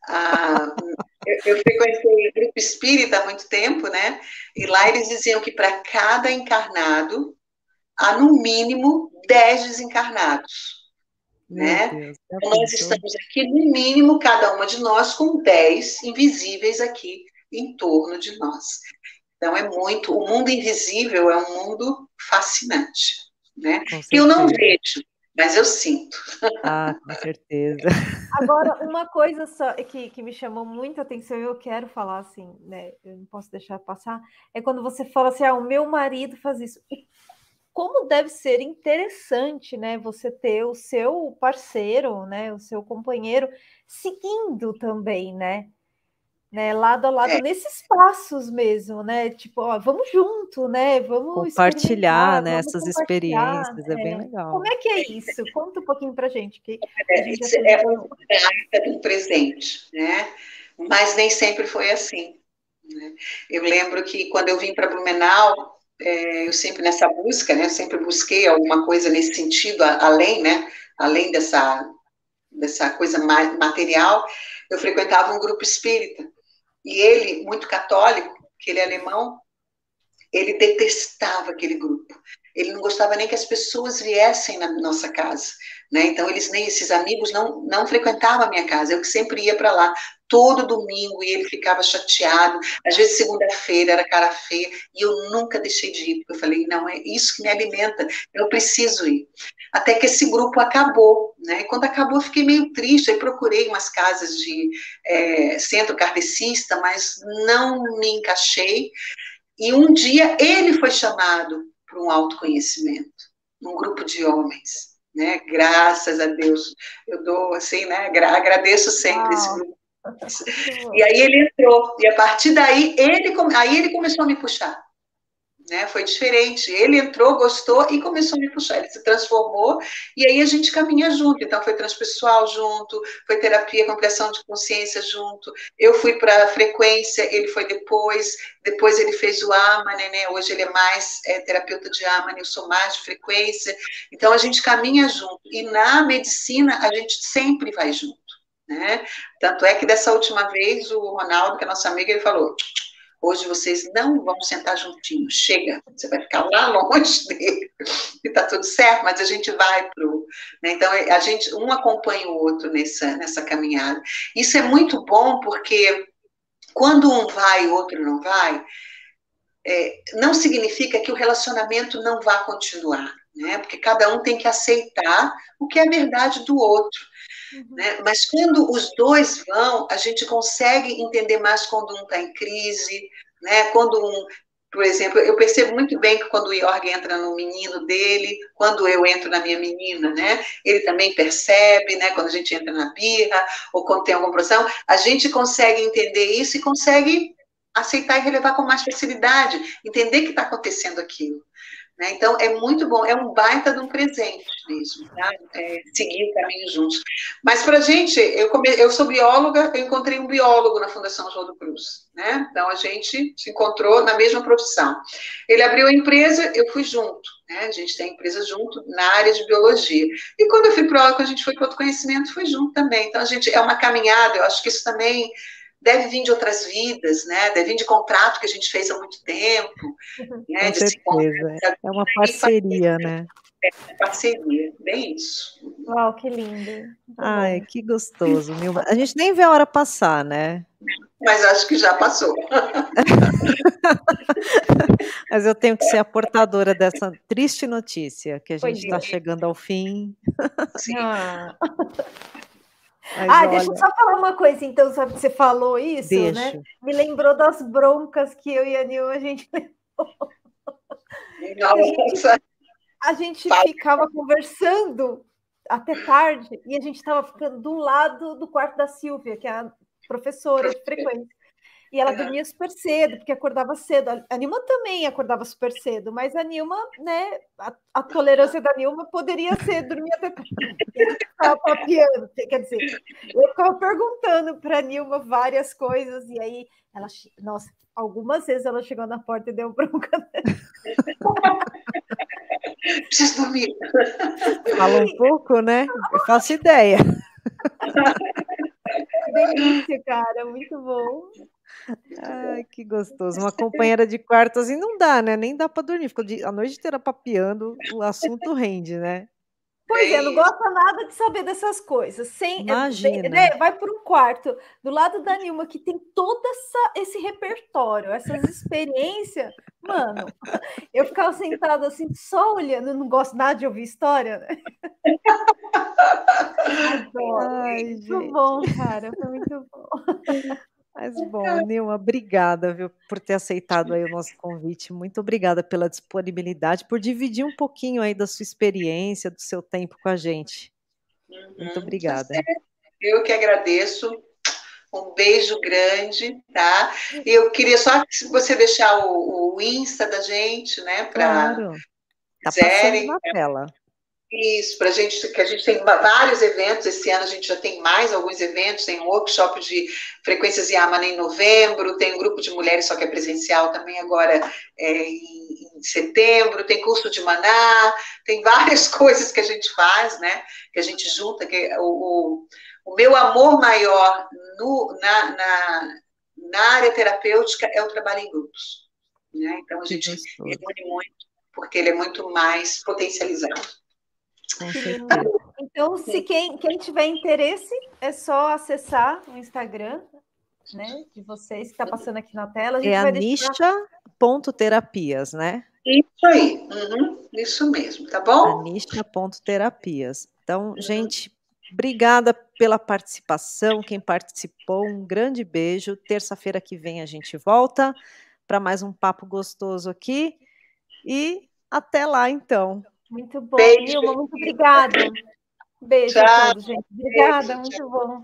a, eu, eu frequentei grupo espírita há muito tempo, né? E lá eles diziam que para cada encarnado há no mínimo dez desencarnados, Meu né? Deus, já Então, nós pensou? estamos aqui, no mínimo, cada uma de nós, com dez invisíveis aqui em torno de nós. Então, é muito. O mundo invisível é um mundo fascinante, né? Com Que eu não certeza. vejo, mas eu sinto. Ah, com certeza. Agora, uma coisa só que, que me chamou muita atenção e eu quero falar assim, né? Eu não posso deixar passar, é quando você fala assim, ah, o meu marido faz isso. Como deve ser interessante, né? Você ter o seu parceiro, né? O seu companheiro seguindo também, né? Né, lado a lado É, nesses passos mesmo, né? Tipo, ó, vamos junto, né? Vamos Compartilhar, experimentar, né, vamos essas compartilhar. experiências, é bem É. Como legal. é que é isso? Conta um pouquinho pra gente, que a gente já é, é uma perguntou. prática do presente, né? Mas nem sempre foi assim, né? Eu lembro que quando eu vim para Blumenau, é, eu sempre nessa busca, né? Eu sempre busquei alguma coisa nesse sentido, a- além, né? Além dessa, dessa coisa ma- material, eu frequentava um grupo espírita. E ele, muito católico, que ele é alemão, ele detestava aquele grupo. Ele não gostava nem que as pessoas viessem na nossa casa, né? Então eles nem esses amigos não não frequentavam a minha casa. Eu que sempre ia para lá todo domingo e ele ficava chateado. Às vezes segunda-feira era cara feia e eu nunca deixei de ir porque eu falei não é isso que me alimenta. Eu preciso ir. Até que esse grupo acabou, né? E quando acabou eu fiquei meio triste. Aí procurei umas casas de é, centro kardecista, mas não me encaixei. E um dia ele foi chamado para um autoconhecimento, num grupo de homens, né? Graças a Deus, eu dou assim, né? Agradeço sempre esse Uau, grupo. muito E bom. aí ele entrou, e a partir daí ele, aí ele começou a me puxar. Né? Foi diferente. Ele entrou, gostou e começou a me puxar. Ele se transformou e aí a gente caminha junto. Então foi transpessoal junto, foi terapia com ampliação de consciência junto. Eu fui para a frequência, ele foi depois. Depois ele fez o Amane, né? Hoje ele é mais é, terapeuta de Amane, eu sou mais de frequência. Então a gente caminha junto. E na medicina a gente sempre vai junto. Né? Tanto é que dessa última vez o Ronaldo, que é nosso amigo, ele falou: hoje vocês não vão sentar juntinhos, chega, você vai ficar lá longe dele, e tá tudo certo, mas a gente vai pro, né? Então a gente um acompanha o outro nessa nessa caminhada. Isso é muito bom porque quando um vai e o outro não vai, é, não significa que o relacionamento não vá continuar, né? Porque cada um tem que aceitar o que é a verdade do outro. Uhum. Né? Mas quando os dois vão, a gente consegue entender mais quando um está em crise, né? Quando um, por exemplo, eu percebo muito bem que quando o Jorg entra no menino dele, quando eu entro na minha menina, né? Ele também percebe, né? Quando a gente entra na birra, ou quando tem alguma pressão, a gente consegue entender isso e consegue aceitar e relevar com mais facilidade, entender que está acontecendo aquilo. Né? Então, é muito bom, é um baita de um presente mesmo, tá? É, seguir o caminho juntos. Mas para a gente, eu, come... eu sou bióloga, eu encontrei um biólogo na Fundação Oswaldo Cruz, né? Então a gente se encontrou na mesma profissão. Ele abriu a empresa, eu fui junto, né? A gente tem a empresa junto na área de biologia. E quando eu fui para o quando a gente foi para outro conhecimento, foi junto também. Então a gente é uma caminhada, eu acho que isso também deve vir de outras vidas, né? Deve vir de contrato que a gente fez há muito tempo. Né? Com certeza, é uma parceria, né? É uma parceria, bem isso. Uau, que lindo. Ai, que gostoso, Nilma. A gente nem vê a hora passar, né? Mas acho que já passou. Mas eu tenho que ser a portadora dessa triste notícia, que a gente está chegando ao fim. Sim. Ah. Mas, ah, olha... deixa eu só falar uma coisa, então, sabe que você falou isso, Deixa. né? Me lembrou das broncas que eu e a Nil, a gente levou. Nossa. A gente, a gente ficava conversando até tarde e a gente estava ficando do lado do quarto da Silvia, que é a professora de frequência. E ela dormia super cedo, porque acordava cedo. A Nilma também acordava super cedo, mas a Nilma, né, a, a tolerância da Nilma poderia ser dormir até tarde. Estava papiando, quer dizer, eu ficava perguntando para a Nilma várias coisas, e aí ela, nossa, algumas vezes ela chegou na porta e deu bronca. Preciso dormir. Fala um pouco, né? Eu faço ideia. Que delícia, cara, muito bom. Ai, que gostoso. Uma companheira de quarto assim não dá, né? Nem dá para dormir. Ficou a noite inteira papeando, o assunto rende, né? Pois é, não gosta nada de saber dessas coisas. Sem, Imagina. Né, vai para um quarto do lado da Nilma, que tem todo essa, esse repertório, essas experiências. Mano, eu ficava sentada assim, só olhando, não gosto nada de ouvir história, né? Adoro. Ai, muito gente. bom, cara, foi muito bom. Mas bom, Nilma, obrigada, viu, por ter aceitado aí o nosso convite. Muito obrigada pela disponibilidade, por dividir um pouquinho aí da sua experiência, do seu tempo com a gente. Muito Uhum, obrigada. Eu que agradeço. Um beijo grande, tá? E eu queria só que você deixar o, o Insta da gente, né? Pra claro. Tá passando na tela. Isso, para a gente, que a gente tem vários eventos, esse ano a gente já tem mais alguns eventos, tem um workshop de frequências Yamana em novembro, tem um grupo de mulheres, só que é presencial também agora é, em, em setembro, tem curso de Maná, tem várias coisas que a gente faz, né, que a gente junta, que o, o, o meu amor maior no, na, na, na área terapêutica é o trabalho em grupos, né, então a gente reúne muito, porque ele é muito mais potencializado. Então, se quem, quem tiver interesse, é só acessar o Instagram, né, de vocês, que está passando aqui na tela. A gente é vai anisha.terapias, né? Isso aí, uhum, isso mesmo, tá bom? anisha.terapias. Então, uhum. gente, obrigada pela participação, quem participou, um grande beijo. Terça-feira que vem a gente volta para mais um papo gostoso aqui e até lá, então. Muito bom, Nilma, muito obrigada. Beijo Tchau. a todos, gente. Obrigada, Beijo, muito bom.